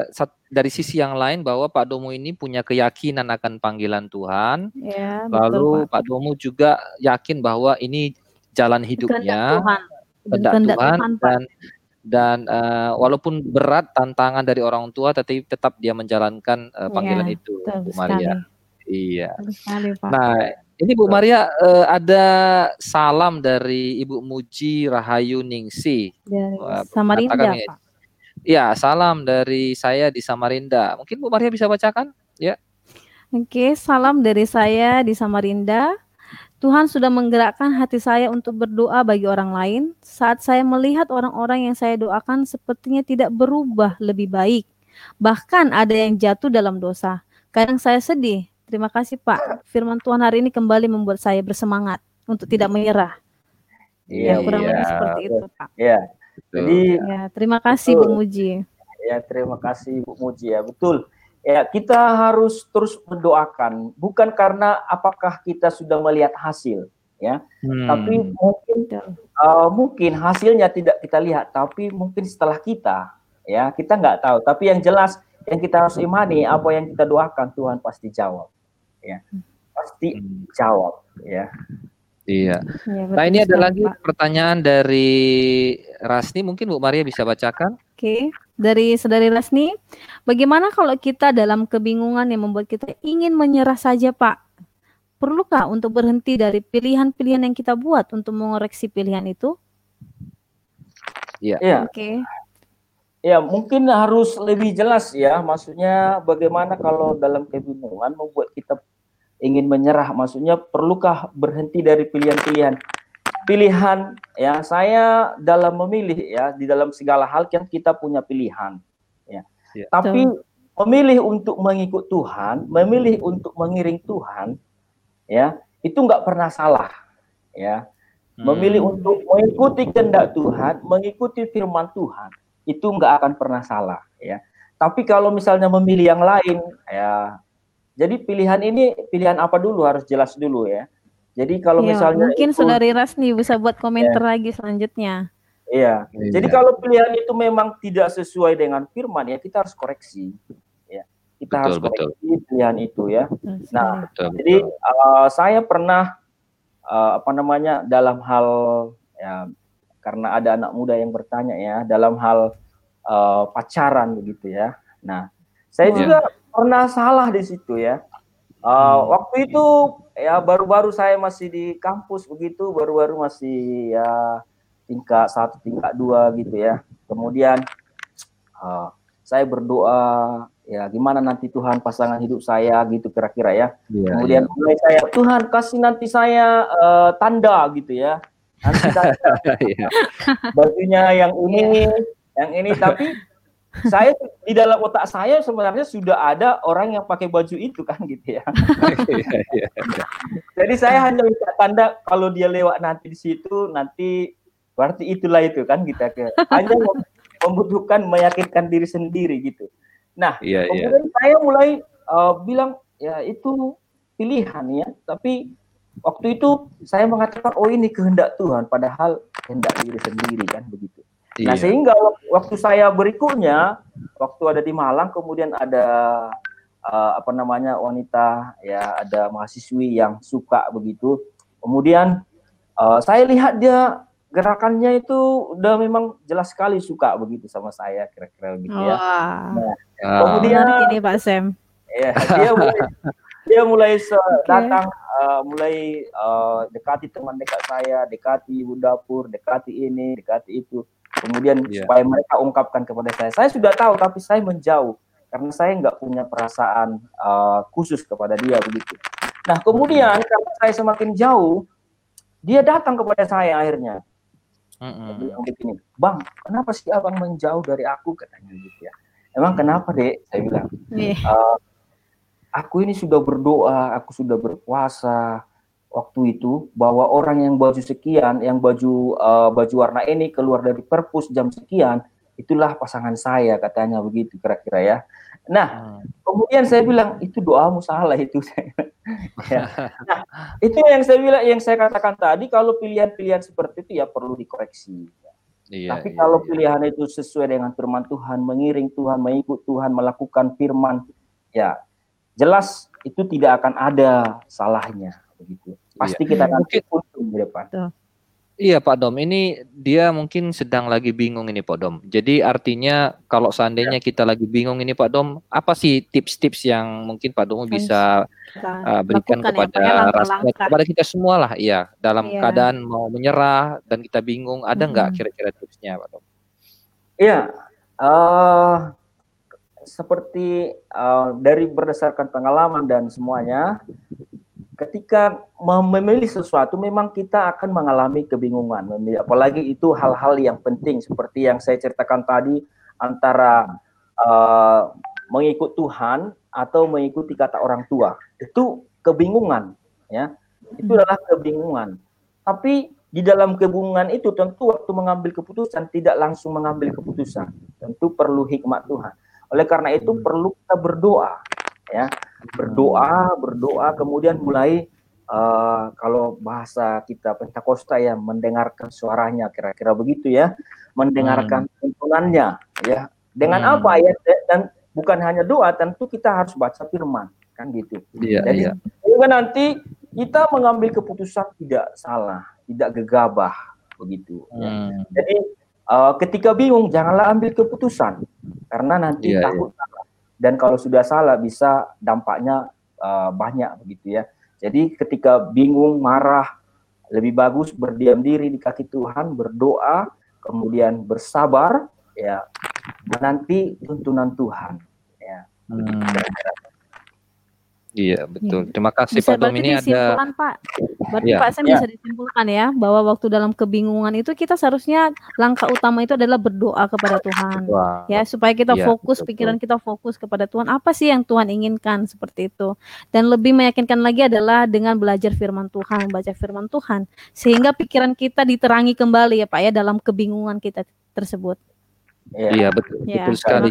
dari sisi yang lain bahwa Pak Domo ini punya keyakinan akan panggilan Tuhan. Ya, Lalu betul, Pak. Pak Domo juga yakin bahwa ini jalan hidupnya, kehendak Tuhan, dan walaupun berat tantangan dari orang tua, tapi tetap dia menjalankan panggilan itu, Bu Maria. Iya. Sekali, Pak. Nah, ini Bu Maria ada salam dari Ibu Muji Rahayu Ningsi dari Samarinda, Pak. Ya, salam dari saya di Samarinda. Mungkin Bu Maria bisa bacakan? Ya. Oke, salam dari saya di Samarinda. Tuhan sudah menggerakkan hati saya untuk berdoa bagi orang lain. Saat saya melihat orang-orang yang saya doakan sepertinya tidak berubah lebih baik. Bahkan ada yang jatuh dalam dosa. Kadang saya sedih. Terima kasih, Pak. Firman Tuhan hari ini kembali membuat saya bersemangat untuk tidak menyerah. Iya, kurang lebih seperti itu, Pak. Iya. Jadi terima kasih Bu Muji. Ya, terima kasih Bu Muji ya. Betul. Ya, kita harus terus mendoakan, bukan karena apakah kita sudah melihat hasil, ya. Tapi mungkin hasilnya tidak kita lihat, tapi mungkin setelah kita, ya, kita nggak tahu. Tapi yang jelas yang kita harus imani, apa yang kita doakan Tuhan pasti jawab, ya. Pasti jawab, ya. Iya. Nah, ini ada lagi pertanyaan dari Rasni, mungkin Bu Maria bisa bacakan. Oke, dari Saudari Rasni, bagaimana kalau kita dalam kebingungan yang membuat kita ingin menyerah saja, Pak? Perlukah untuk berhenti dari pilihan-pilihan yang kita buat untuk mengoreksi pilihan itu? Iya. Oke. Ya, mungkin harus lebih jelas ya, maksudnya bagaimana kalau dalam kebingungan membuat kita ingin menyerah, maksudnya perlukah berhenti dari pilihan-pilihan ya. Saya dalam memilih ya, di dalam segala hal kan kita punya pilihan ya. Tapi memilih untuk mengikut Tuhan, memilih untuk mengiring Tuhan ya, itu nggak pernah salah ya. Memilih untuk mengikuti kehendak Tuhan, mengikuti firman Tuhan, itu nggak akan pernah salah ya. Tapi kalau misalnya memilih yang lain ya, jadi pilihan ini pilihan apa dulu harus jelas dulu ya. Jadi kalau misalnya mungkin Saudari Rasni bisa buat komentar lagi selanjutnya. Iya. Jadi kalau pilihan itu memang tidak sesuai dengan firman ya, kita harus koreksi. Ya. Kita harus koreksi pilihan itu ya. Nah, jadi saya pernah dalam hal ya, karena ada anak muda yang bertanya ya, dalam hal pacaran begitu ya. Nah, saya juga pernah salah di situ ya. Waktu itu ya baru-baru saya masih di kampus begitu, baru-baru masih ya tingkat 1, tingkat 2 gitu ya. Kemudian saya berdoa ya gimana nanti Tuhan pasangan hidup saya gitu kira-kira ya. Kemudian mulai saya, Tuhan kasih nanti saya tanda gitu ya. Nanti tanda bajunya yang ini, tapi saya di dalam otak saya sebenarnya sudah ada orang yang pakai baju itu kan gitu ya. Jadi saya hanya minta tanda kalau dia lewat nanti di situ, nanti berarti itulah itu kan kita hanya membutuhkan meyakinkan diri sendiri gitu. Nah, kemudian saya mulai bilang ya itu pilihan ya, tapi waktu itu saya mengatakan oh ini kehendak Tuhan, padahal kehendak diri sendiri kan begitu. Nah, sehingga waktu saya berikutnya, waktu ada di Malang, kemudian ada wanita ya, ada mahasiswi yang suka begitu. Kemudian saya lihat dia gerakannya itu udah memang jelas sekali suka begitu sama saya, kira-kira begitu ya. Nah, kemudian ini Pak Sam. Ya, dia mulai datang, mulai dekati teman dekat saya, dekati ibu dapur, dekati ini, dekati itu. Kemudian supaya mereka ungkapkan kepada saya sudah tahu tapi saya menjauh karena saya nggak punya perasaan khusus kepada dia begitu. Nah kemudian karena saya semakin jauh, dia datang kepada saya akhirnya. Bilang begini, Bang, kenapa sih abang menjauh dari aku, katanya gitu ya. Emang kenapa Dek? Saya bilang, aku ini sudah berdoa, aku sudah berpuasa. Waktu itu bahwa orang yang baju sekian, yang baju warna ini keluar dari perpus jam sekian, itulah pasangan saya, katanya begitu kira-kira ya. Nah, kemudian saya bilang itu doamu salah itu. Ya. Nah, itu yang saya bilang, yang saya katakan tadi, kalau pilihan-pilihan seperti itu ya perlu dikoreksi. Tapi kalau pilihan itu sesuai dengan firman Tuhan, mengiring Tuhan, mengikut Tuhan, melakukan firman, ya jelas itu tidak akan ada salahnya begitu. Pasti kita nanti untung di depan. Iya Pak Dom, ini dia mungkin sedang lagi bingung ini Pak Dom. Jadi artinya kalau seandainya kita lagi bingung ini Pak Dom, apa sih tips-tips yang mungkin Pak Dom bisa berikan kepada kepada kita semua lah, ya dalam keadaan mau menyerah dan kita bingung, ada nggak kira-kira tipsnya Pak Dom? Iya, seperti dari berdasarkan pengalaman dan semuanya. Ketika memilih sesuatu memang kita akan mengalami kebingungan, apalagi itu hal-hal yang penting seperti yang saya ceritakan tadi antara mengikut Tuhan atau mengikuti kata orang tua. Itu kebingungan, ya. Itu adalah kebingungan. Tapi di dalam kebingungan itu tentu waktu mengambil keputusan tidak langsung mengambil keputusan. Tentu perlu hikmat Tuhan. Oleh karena itu perlu kita berdoa, ya. Berdoa, kemudian mulai kalau bahasa kita Pentakosta ya mendengarkan suaranya, kira-kira begitu ya, mendengarkan tuntunannya, ya. Dengan apa ya? Dan bukan hanya doa, tentu kita harus baca firman, kan gitu. Jadi nanti kita mengambil keputusan tidak salah, tidak gegabah, begitu. Ya. Jadi ketika bingung janganlah ambil keputusan, karena nanti takut salah. Dan kalau sudah salah bisa dampaknya banyak begitu ya. Jadi ketika bingung, marah, lebih bagus berdiam diri di kaki Tuhan, berdoa, kemudian bersabar, ya, menanti tuntunan Tuhan. Ya. Iya betul. Terima kasih Pak Dom. Ini ada Pak. Berarti Pak Sam bisa disimpulkan ya bahwa waktu dalam kebingungan itu kita seharusnya langkah utama itu adalah berdoa kepada Tuhan. Ya, supaya kita fokus, pikiran kita fokus kepada Tuhan. Apa sih yang Tuhan inginkan seperti itu. Dan lebih meyakinkan lagi adalah dengan belajar firman Tuhan, baca firman Tuhan sehingga pikiran kita diterangi kembali ya Pak ya dalam kebingungan kita tersebut. Iya betul. Betul sekali.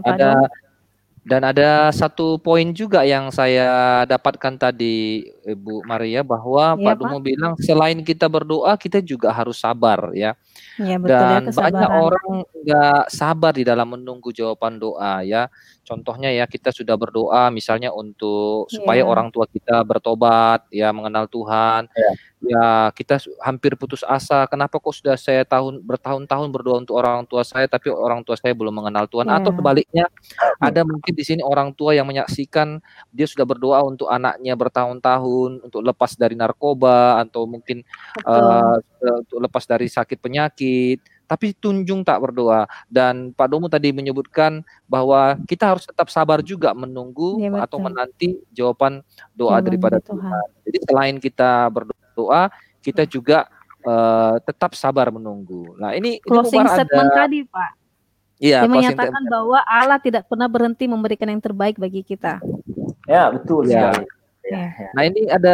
Dan ada satu poin juga yang saya dapatkan tadi Ibu Maria bahwa Pak Dumo bilang selain kita berdoa kita juga harus sabar ya. Dan banyak orang nggak sabar di dalam menunggu jawaban doa ya. Contohnya ya kita sudah berdoa misalnya untuk supaya orang tua kita bertobat ya mengenal Tuhan. Ya kita hampir putus asa. Kenapa kok sudah saya bertahun-tahun berdoa untuk orang tua saya tapi orang tua saya belum mengenal Tuhan? Atau sebaliknya ada mungkin di sini orang tua yang menyaksikan dia sudah berdoa untuk anaknya bertahun-tahun untuk lepas dari narkoba atau mungkin untuk lepas dari sakit penyakit, tapi tunjung tak berdoa. Dan Pak Domo tadi menyebutkan bahwa kita harus tetap sabar juga menunggu atau menanti jawaban doa daripada Tuhan. Jadi selain kita berdoa, kita juga tetap sabar menunggu. Nah ini closing statement tadi Pak. Dia menyatakan bahwa Allah tidak pernah berhenti memberikan yang terbaik bagi kita. Ya betul sekali. Nah ini ada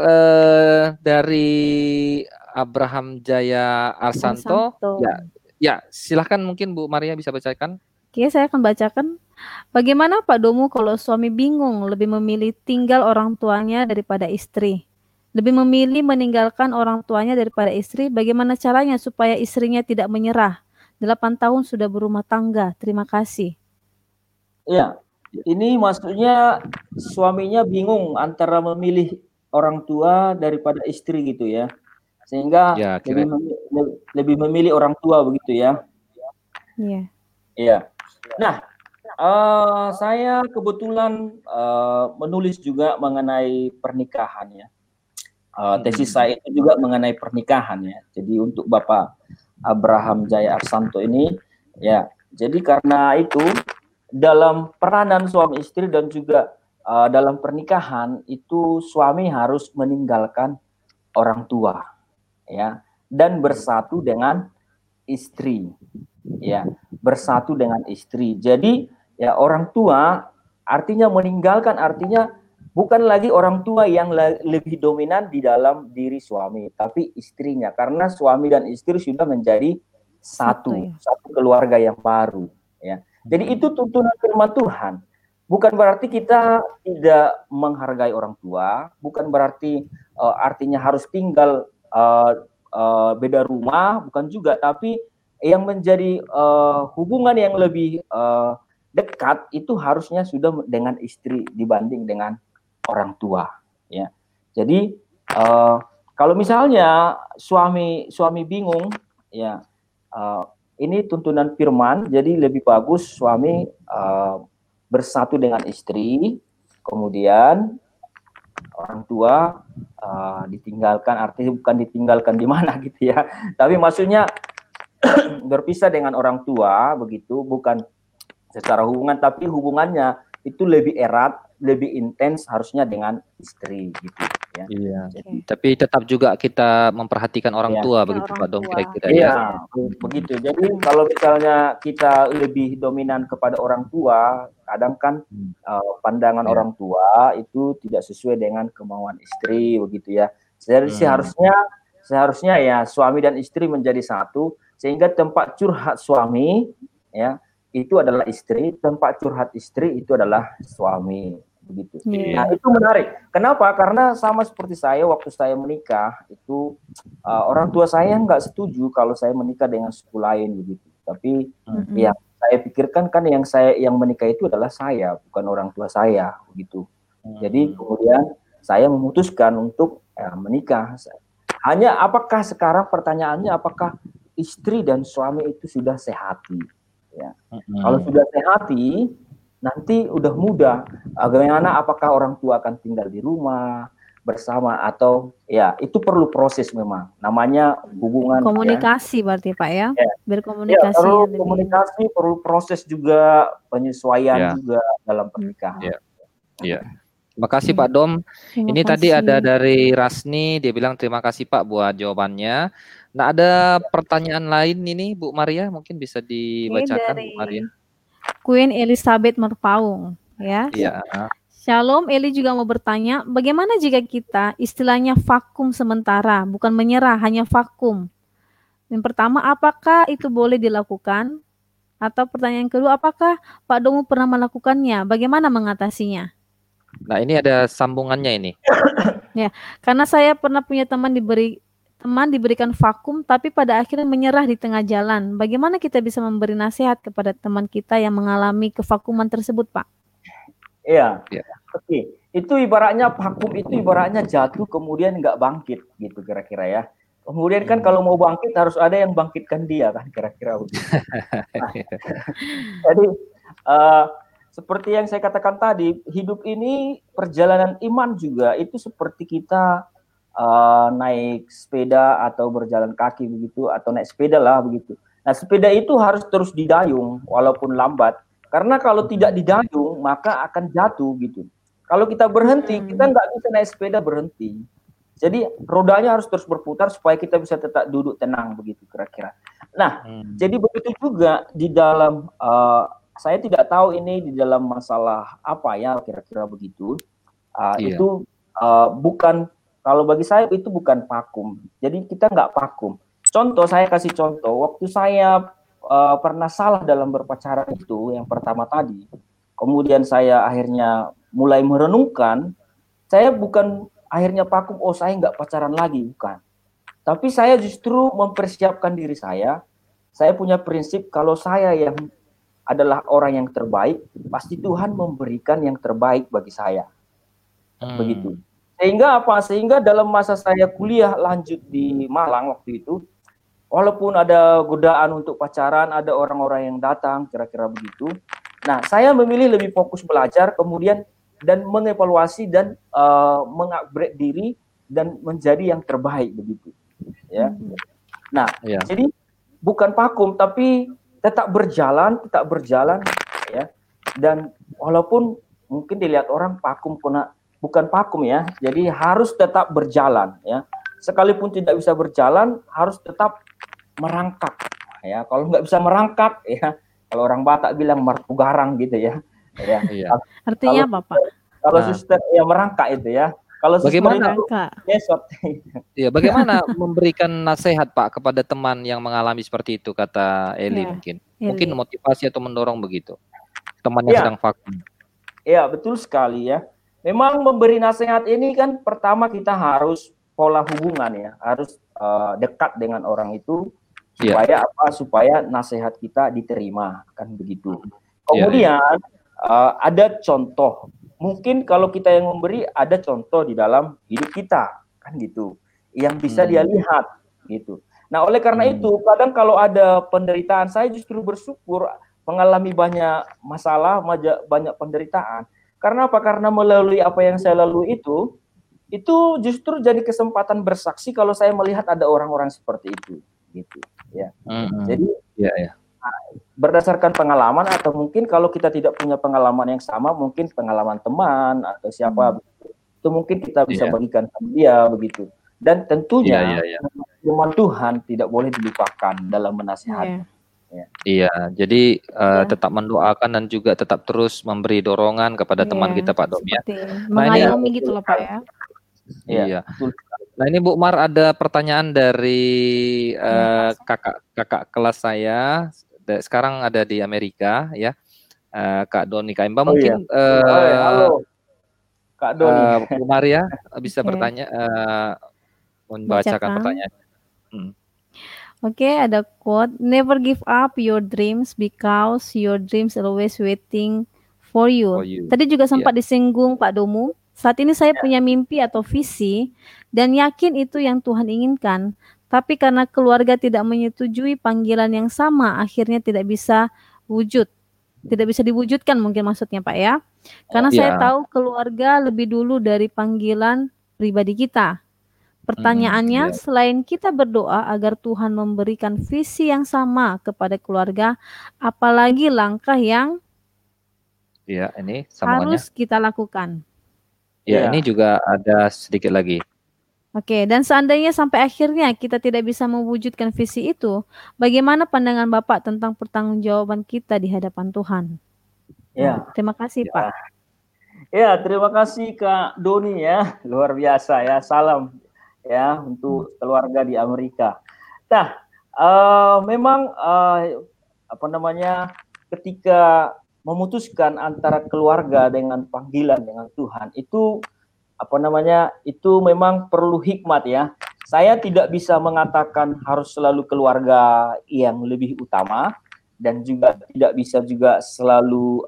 dari Abraham Jaya Arsanto. Ya, silahkan mungkin Bu Maria bisa bacakan. Oke, saya akan bacakan. Bagaimana Pak Domo kalau suami bingung lebih memilih tinggal orang tuanya daripada istri? Lebih memilih meninggalkan orang tuanya daripada istri, bagaimana caranya supaya istrinya tidak menyerah? 8 tahun sudah berumah tangga. Terima kasih. Ya, ini maksudnya suaminya bingung antara memilih orang tua daripada istri gitu ya. Sehingga lebih memilih orang tua begitu ya. Iya. Iya. Nah, saya kebetulan menulis juga mengenai pernikahan ya. Tesis saya itu juga mengenai pernikahan ya. Jadi untuk Bapak Abraham Jaya Arsanto ini ya. Jadi karena itu dalam peranan suami istri dan juga dalam pernikahan itu suami harus meninggalkan orang tua ya dan bersatu dengan istri ya, bersatu dengan istri. Jadi ya orang tua artinya meninggalkan, artinya bukan lagi orang tua yang lebih dominan di dalam diri suami, tapi istrinya, karena suami dan istri sudah menjadi satu keluarga yang baru ya. Jadi itu tuntunan firman Tuhan. Bukan berarti kita tidak menghargai orang tua, bukan berarti artinya harus tinggal beda rumah, bukan juga, tapi yang menjadi hubungan yang lebih dekat itu harusnya sudah dengan istri dibanding dengan orang tua, ya. Jadi kalau misalnya suami bingung, ya ini tuntunan firman, jadi lebih bagus suami bersatu dengan istri, kemudian orang tua ditinggalkan, artinya bukan ditinggalkan di mana gitu ya, tapi maksudnya berpisah dengan orang tua begitu, bukan secara hubungan, tapi hubungannya itu lebih erat, lebih intens harusnya dengan istri gitu ya. Iya. Tapi tetap juga kita memperhatikan orang tua begitu Pak Dom kira-kira ya. Iya, begitu. Jadi kalau misalnya kita lebih dominan kepada orang tua, kadang kan pandangan orang tua itu tidak sesuai dengan kemauan istri begitu ya. Jadi seharusnya ya suami dan istri menjadi satu, sehingga tempat curhat suami ya itu adalah istri, tempat curhat istri itu adalah suami begitu. Nah, itu menarik. Kenapa? Karena sama seperti saya waktu saya menikah itu orang tua saya nggak setuju kalau saya menikah dengan suku lain begitu. Tapi ya saya pikirkan kan yang menikah itu adalah saya, bukan orang tua saya begitu. Jadi kemudian saya memutuskan untuk menikah. Hanya apakah sekarang pertanyaannya apakah istri dan suami itu sudah sehati? Ya. Kalau sudah sehati, nanti udah mudah. Bagaimana apakah orang tua akan tinggal di rumah bersama atau ya itu perlu proses memang. Namanya hubungan komunikasi berarti Pak ya. Berkomunikasi. Ya, perlu komunikasi, perlu proses juga, penyesuaian juga dalam pernikahan. Iya. Terima kasih Pak Dom. Ini tadi ada dari Rasni, dia bilang terima kasih Pak buat jawabannya. Nah, ada pertanyaan lain ini Bu Maria, mungkin bisa dibacakan Bu Maria. Queen Elizabeth Merpaung, ya. Iya. Shalom, Eli juga mau bertanya, bagaimana jika kita istilahnya vakum sementara, bukan menyerah, hanya vakum? Yang pertama, apakah itu boleh dilakukan? Atau pertanyaan kedua, apakah Pak Domu pernah melakukannya? Bagaimana mengatasinya? Nah, ini ada sambungannya ini. Ya, karena saya pernah punya teman diberikan vakum, tapi pada akhirnya menyerah di tengah jalan. Bagaimana kita bisa memberi nasihat kepada teman kita yang mengalami kevakuman tersebut, Pak? Iya. Oke. Itu ibaratnya vakum itu ibaratnya jatuh kemudian nggak bangkit gitu kira-kira ya. Kemudian kan kalau mau bangkit harus ada yang bangkitkan dia kan kira-kira begitu. Nah, jadi seperti yang saya katakan tadi, hidup ini perjalanan iman juga itu seperti kita naik sepeda atau berjalan kaki begitu, atau naik sepeda lah begitu. Nah, sepeda itu harus terus didayung walaupun lambat, karena kalau tidak didayung maka akan jatuh gitu. Kalau kita berhenti, kita nggak bisa naik sepeda berhenti. Jadi rodanya harus terus berputar supaya kita bisa tetap duduk tenang begitu kira-kira. Nah, jadi begitu juga di dalam saya tidak tahu ini di dalam masalah apa ya kira-kira begitu. Itu bukan, kalau bagi saya itu bukan vakum. Jadi kita nggak vakum. Contoh, saya kasih contoh. Waktu saya pernah salah dalam berpacaran itu, yang pertama tadi. Kemudian saya akhirnya mulai merenungkan. Saya bukan akhirnya vakum, oh saya nggak pacaran lagi, bukan. Tapi saya justru mempersiapkan diri saya. Saya punya prinsip kalau saya yang adalah orang yang terbaik, pasti Tuhan memberikan yang terbaik bagi saya. Begitu. Sehingga apa? Sehingga dalam masa saya kuliah lanjut di Malang waktu itu, walaupun ada godaan untuk pacaran, ada orang-orang yang datang, kira-kira begitu. Nah, saya memilih lebih fokus belajar, kemudian dan mengevaluasi dan mengupgrade diri dan menjadi yang terbaik begitu. Ya. Nah, jadi bukan vakum, tapi tetap berjalan, ya. Dan walaupun mungkin dilihat orang vakum, bukan vakum ya, jadi harus tetap berjalan ya. Sekalipun tidak bisa berjalan, harus tetap merangkak ya. Kalau nggak bisa merangkak ya, kalau orang Batak bilang marpu garang gitu ya. Artinya apa Pak? Kalau suster ya merangkak itu ya. Kalau bagaimana bagaimana memberikan nasihat Pak kepada teman yang mengalami seperti itu, kata Eli mungkin motivasi atau mendorong begitu teman yang sedang vakum. Ya, betul sekali ya. Memang memberi nasihat ini kan pertama kita harus pola hubungan ya, harus dekat dengan orang itu supaya apa? Supaya nasihat kita diterima, kan begitu. Kemudian ada contoh. Mungkin kalau kita yang memberi, ada contoh di dalam hidup kita, kan gitu, yang bisa dia lihat, gitu. Nah, oleh karena itu, kadang kalau ada penderitaan, saya justru bersyukur mengalami banyak masalah, banyak penderitaan. Karena apa? Karena melalui apa yang saya lalui itu justru jadi kesempatan bersaksi kalau saya melihat ada orang-orang seperti itu, gitu. Ya. Jadi, berdasarkan pengalaman, atau mungkin kalau kita tidak punya pengalaman yang sama, mungkin pengalaman teman atau siapa, itu mungkin kita bisa bagikan sama dia, begitu. Dan tentunya firman Tuhan tidak boleh dilupakan dalam menasihati. Jadi tetap mendoakan dan juga tetap terus memberi dorongan kepada teman kita, Pak Dom, ya. Mengayomi gitu loh, Pak, ya. Iya. Nah, ini Bu Mar, ada pertanyaan dari kakak kelas saya, sekarang ada di Amerika, ya. Kak Doni Kaimba, mungkin halo Kak Doni. Bu Maria bisa bertanya, membacakan pertanyaan. Ada quote, never give up your dreams because your dreams always waiting for you. Tadi juga sempat disinggung Pak Domu. Saat ini saya punya mimpi atau visi dan yakin itu yang Tuhan inginkan. Tapi karena keluarga tidak menyetujui panggilan yang sama, akhirnya tidak bisa wujud. Tidak bisa diwujudkan mungkin maksudnya, Pak, ya. Karena saya tahu keluarga lebih dulu dari panggilan pribadi kita. Pertanyaannya, selain kita berdoa agar Tuhan memberikan visi yang sama kepada keluarga, apalagi langkah yang ini harus kita lakukan? Ini juga ada sedikit lagi. Dan seandainya sampai akhirnya kita tidak bisa mewujudkan visi itu, bagaimana pandangan Bapak tentang pertanggungjawaban kita di hadapan Tuhan? Terima kasih, Pak. Terima kasih Kak Doni, ya. Luar biasa, ya. Salam, ya, untuk keluarga di Amerika. Nah, memang ketika memutuskan antara keluarga dengan panggilan dengan Tuhan, itu itu memang perlu hikmat, ya. Saya tidak bisa mengatakan harus selalu keluarga yang lebih utama, dan juga tidak bisa juga selalu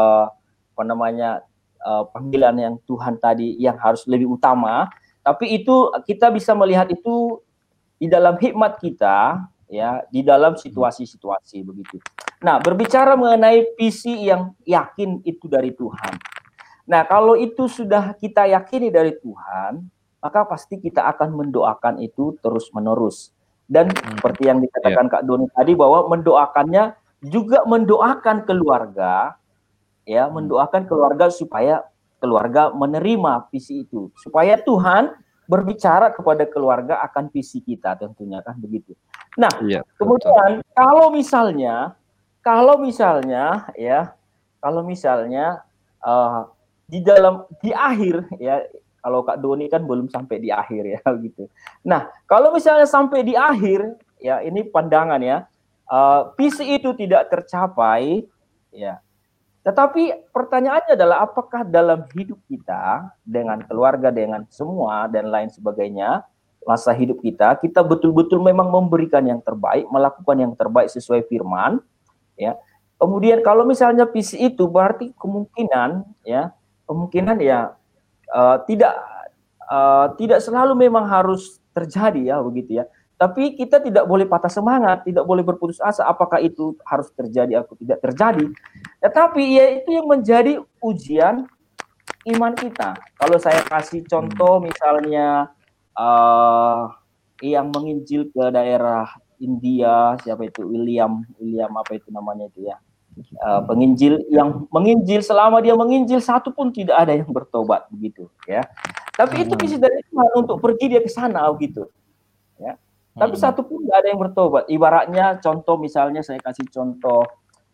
panggilan yang Tuhan tadi yang harus lebih utama. Tapi itu kita bisa melihat itu di dalam hikmat kita, ya, di dalam situasi-situasi, begitu. Nah, berbicara mengenai visi yang yakin itu dari Tuhan. Nah, kalau itu sudah kita yakini dari Tuhan, maka pasti kita akan mendoakan itu terus-menerus. Dan seperti yang dikatakan Kak Doni tadi, bahwa mendoakannya juga mendoakan keluarga, ya, mendoakan keluarga supaya keluarga menerima visi itu, supaya Tuhan berbicara kepada keluarga akan visi kita, tentunya, kan begitu. Nah, kemudian kalau misalnya di akhir, ya, kalau Kak Doni kan belum sampai di akhir, ya, gitu. Nah, kalau misalnya sampai di akhir, ya, ini pandangan, ya, visi itu tidak tercapai, ya. Tetapi pertanyaannya adalah, apakah dalam hidup kita dengan keluarga, dengan semua dan lain sebagainya, masa hidup kita betul-betul memang memberikan yang terbaik, melakukan yang terbaik sesuai firman, ya. Kemudian kalau misalnya visi itu berarti kemungkinan tidak selalu memang harus terjadi, ya, begitu, ya. Tapi kita tidak boleh patah semangat, tidak boleh berputus asa apakah itu harus terjadi atau tidak terjadi. Tetapi ya itu yang menjadi ujian iman kita. Kalau saya kasih contoh misalnya yang menginjil ke daerah India, siapa itu, William apa itu namanya itu, ya. Penginjil yang menginjil, selama dia menginjil satu pun tidak ada yang bertobat, begitu, ya. Tapi itu visi dari Tuhan untuk pergi dia ke sana, begitu, ya. Tapi satu pun tidak ada yang bertobat. Ibaratnya contoh, misalnya saya kasih contoh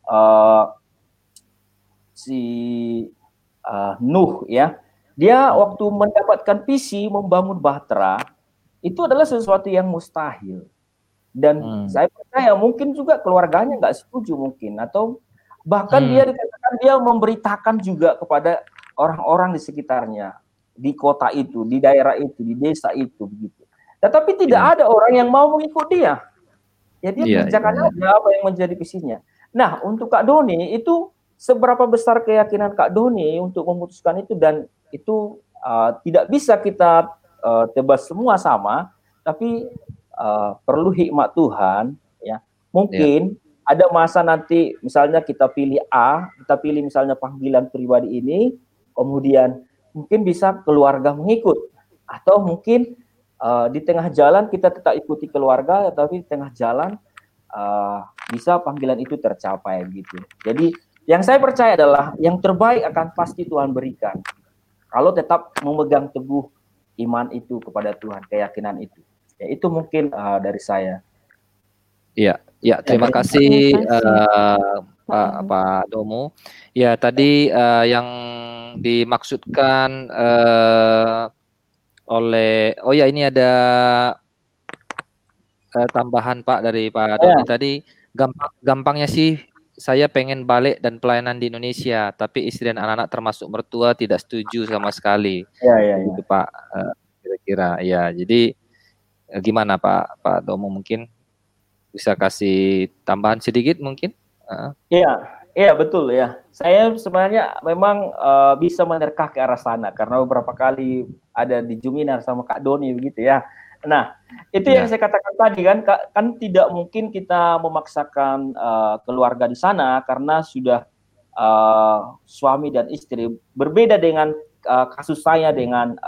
Nuh, ya. Dia waktu mendapatkan visi membangun bahtera, itu adalah sesuatu yang mustahil. Dan saya percaya mungkin juga keluarganya nggak setuju mungkin, atau bahkan dia dikatakan dia memberitakan juga kepada orang-orang di sekitarnya, di kota itu, di daerah itu, di desa itu, begitu. Tetapi tidak ada orang yang mau mengikut dia. Ya dia kerjakan aja apa yang menjadi visinya. Nah, untuk Kak Doni itu seberapa besar keyakinan Kak Doni untuk memutuskan itu, dan itu tidak bisa kita tebas semua sama, tapi perlu hikmat Tuhan ya. Mungkin ada masa nanti misalnya kita pilih A, kita pilih misalnya panggilan pribadi ini, kemudian mungkin bisa keluarga mengikut, atau mungkin di tengah jalan kita tetap ikuti keluarga, tapi di tengah jalan bisa panggilan itu tercapai gitu. Jadi yang saya percaya adalah yang terbaik akan pasti Tuhan berikan, kalau tetap memegang teguh iman itu kepada Tuhan, keyakinan itu. Ya, itu mungkin dari saya. Iya, ya, terima kasih Pak Domo. Ya, tadi yang dimaksudkan oleh, ini ada tambahan Pak dari Pak Doni tadi, gampangnya sih saya pengen balik dan pelayanan di Indonesia, tapi istri dan anak-anak termasuk mertua tidak setuju sama sekali. Gitu Pak, kira-kira. Ya, jadi gimana Pak Domo, mungkin bisa kasih tambahan sedikit mungkin? Iya betul ya. Saya sebenarnya memang bisa menerka ke arah sana karena beberapa kali ada di Juminar sama Kak Doni begitu ya. Nah, itu yang saya katakan tadi kan tidak mungkin kita memaksakan keluarga di sana karena sudah suami dan istri. Berbeda dengan kasus saya dengan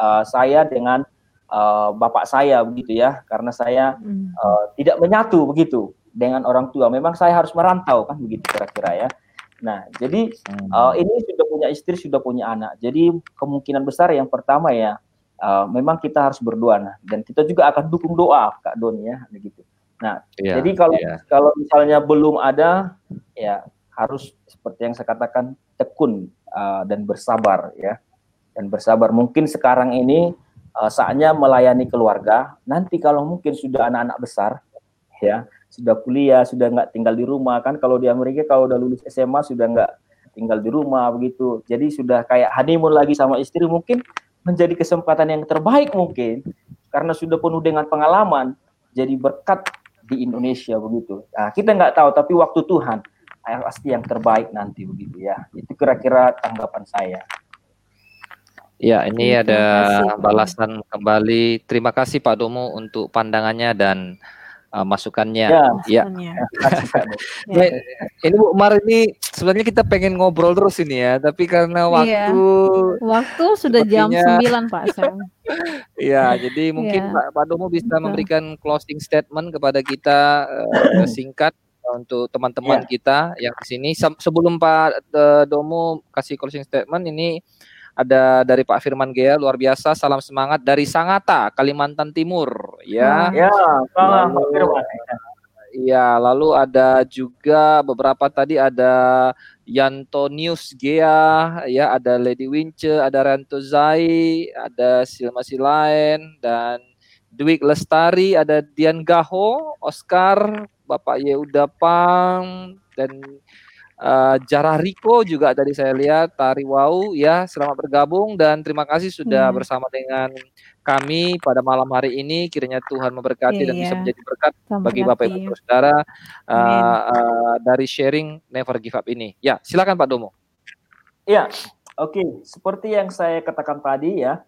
bapak saya begitu ya, karena saya tidak menyatu begitu dengan orang tua. Memang saya harus merantau kan begitu kira-kira ya. Nah, jadi ini sudah punya istri, sudah punya anak. Jadi kemungkinan besar yang pertama ya memang kita harus berdoa, dan kita juga akan dukung doa Kak Don ya begitu. Nah, jadi kalau misalnya belum ada, ya harus seperti yang saya katakan, tekun dan bersabar ya. Dan bersabar, mungkin sekarang ini saatnya melayani keluarga. Nanti kalau mungkin sudah anak-anak besar ya, sudah kuliah, sudah nggak tinggal di rumah kan. Kalau di Amerika kalau udah lulus SMA sudah nggak tinggal di rumah begitu. Jadi sudah kayak honeymoon lagi sama istri, mungkin menjadi kesempatan yang terbaik mungkin karena sudah penuh dengan pengalaman, jadi berkat di Indonesia begitu. Nah, kita nggak tahu, tapi waktu Tuhan pasti yang terbaik nanti begitu ya. Itu kira-kira tanggapan saya. Ya, ini ada balasan kembali. Terima kasih Pak Domo untuk pandangannya dan masukannya. Ya. Ini Bu Mar, ini sebenarnya kita pengen ngobrol terus ini ya, tapi karena waktu sudah jam 9 Pak Sam. Ya, jadi mungkin Pak Domo bisa memberikan closing statement kepada kita singkat untuk teman-teman kita yang di sini. Sebelum Pak Domo kasih closing statement, ini ada dari Pak Firman Gea, luar biasa, salam semangat dari Sangatta, Kalimantan Timur, ya. Salam Pak Firman. Iya, lalu ada juga beberapa tadi, ada Yantonius Gea, ya, ada Lady Wince, ada Ranto Zai, ada Silma Silaen, dan Dwik Lestari, ada Dian Gaho, Oscar, Bapak Yehuda Pang, dan Jarah Riko juga tadi saya lihat, Tari Wau ya, selamat bergabung dan terima kasih sudah bersama dengan kami pada malam hari ini. Kiranya Tuhan memberkati dan bisa menjadi berkat bagi Bapak Ibu Saudara dari sharing Never Give Up ini. Ya, silakan Pak Domo. Ya, oke. Seperti yang saya katakan tadi ya,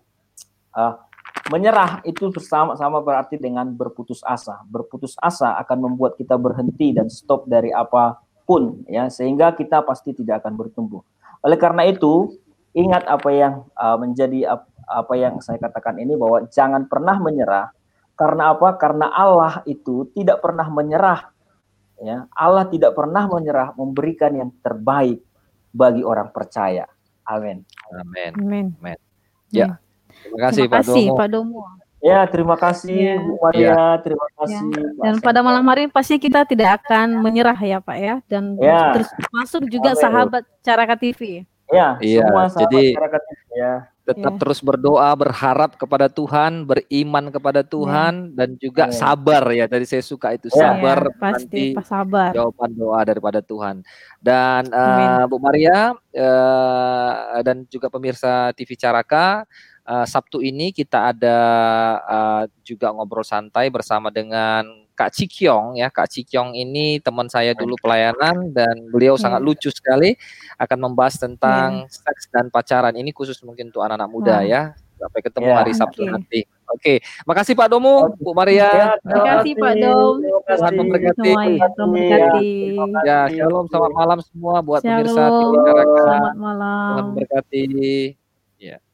menyerah itu sama berarti dengan berputus asa. Berputus asa akan membuat kita berhenti dan stop dari apapun ya, sehingga kita pasti tidak akan bertumbuh. Oleh karena itu, ingat apa yang menjadi apa yang saya katakan ini, bahwa jangan pernah menyerah. Karena apa? Karena Allah itu tidak pernah menyerah ya. Allah tidak pernah menyerah, memberikan yang terbaik bagi orang percaya. Amin. Amin. Ya. Terima kasih Pak Domo. Ya, terima kasih Bu Maria, terima kasih. Dan pada malam hari ini pasti kita tidak akan menyerah ya Pak ya, dan terus masuk juga sahabat Caraka TV. Ya, semua sahabat Caraka TV ya. Tetap terus berdoa, berharap kepada Tuhan, beriman kepada Tuhan, dan juga sabar ya. Tadi saya suka itu, sabar pasti sabar. Jawaban doa daripada Tuhan. Dan Bu Maria dan juga pemirsa TV Caraka, Sabtu ini kita ada juga ngobrol santai bersama dengan Kak Cikyong ya. Kak Cikyong ini teman saya dulu pelayanan dan beliau sangat lucu sekali, akan membahas tentang seks dan pacaran. Ini khusus mungkin untuk anak-anak muda ya. Sampai ketemu hari Sabtu nanti. Oke, makasih Pak Domu, Bu Maria. Terima kasih Pak Dom. Tuhan memberkati. Ya, shalom, selamat malam semua buat pemirsa TV Caraga. Selamat malam. Tuhan memberkati. Ya.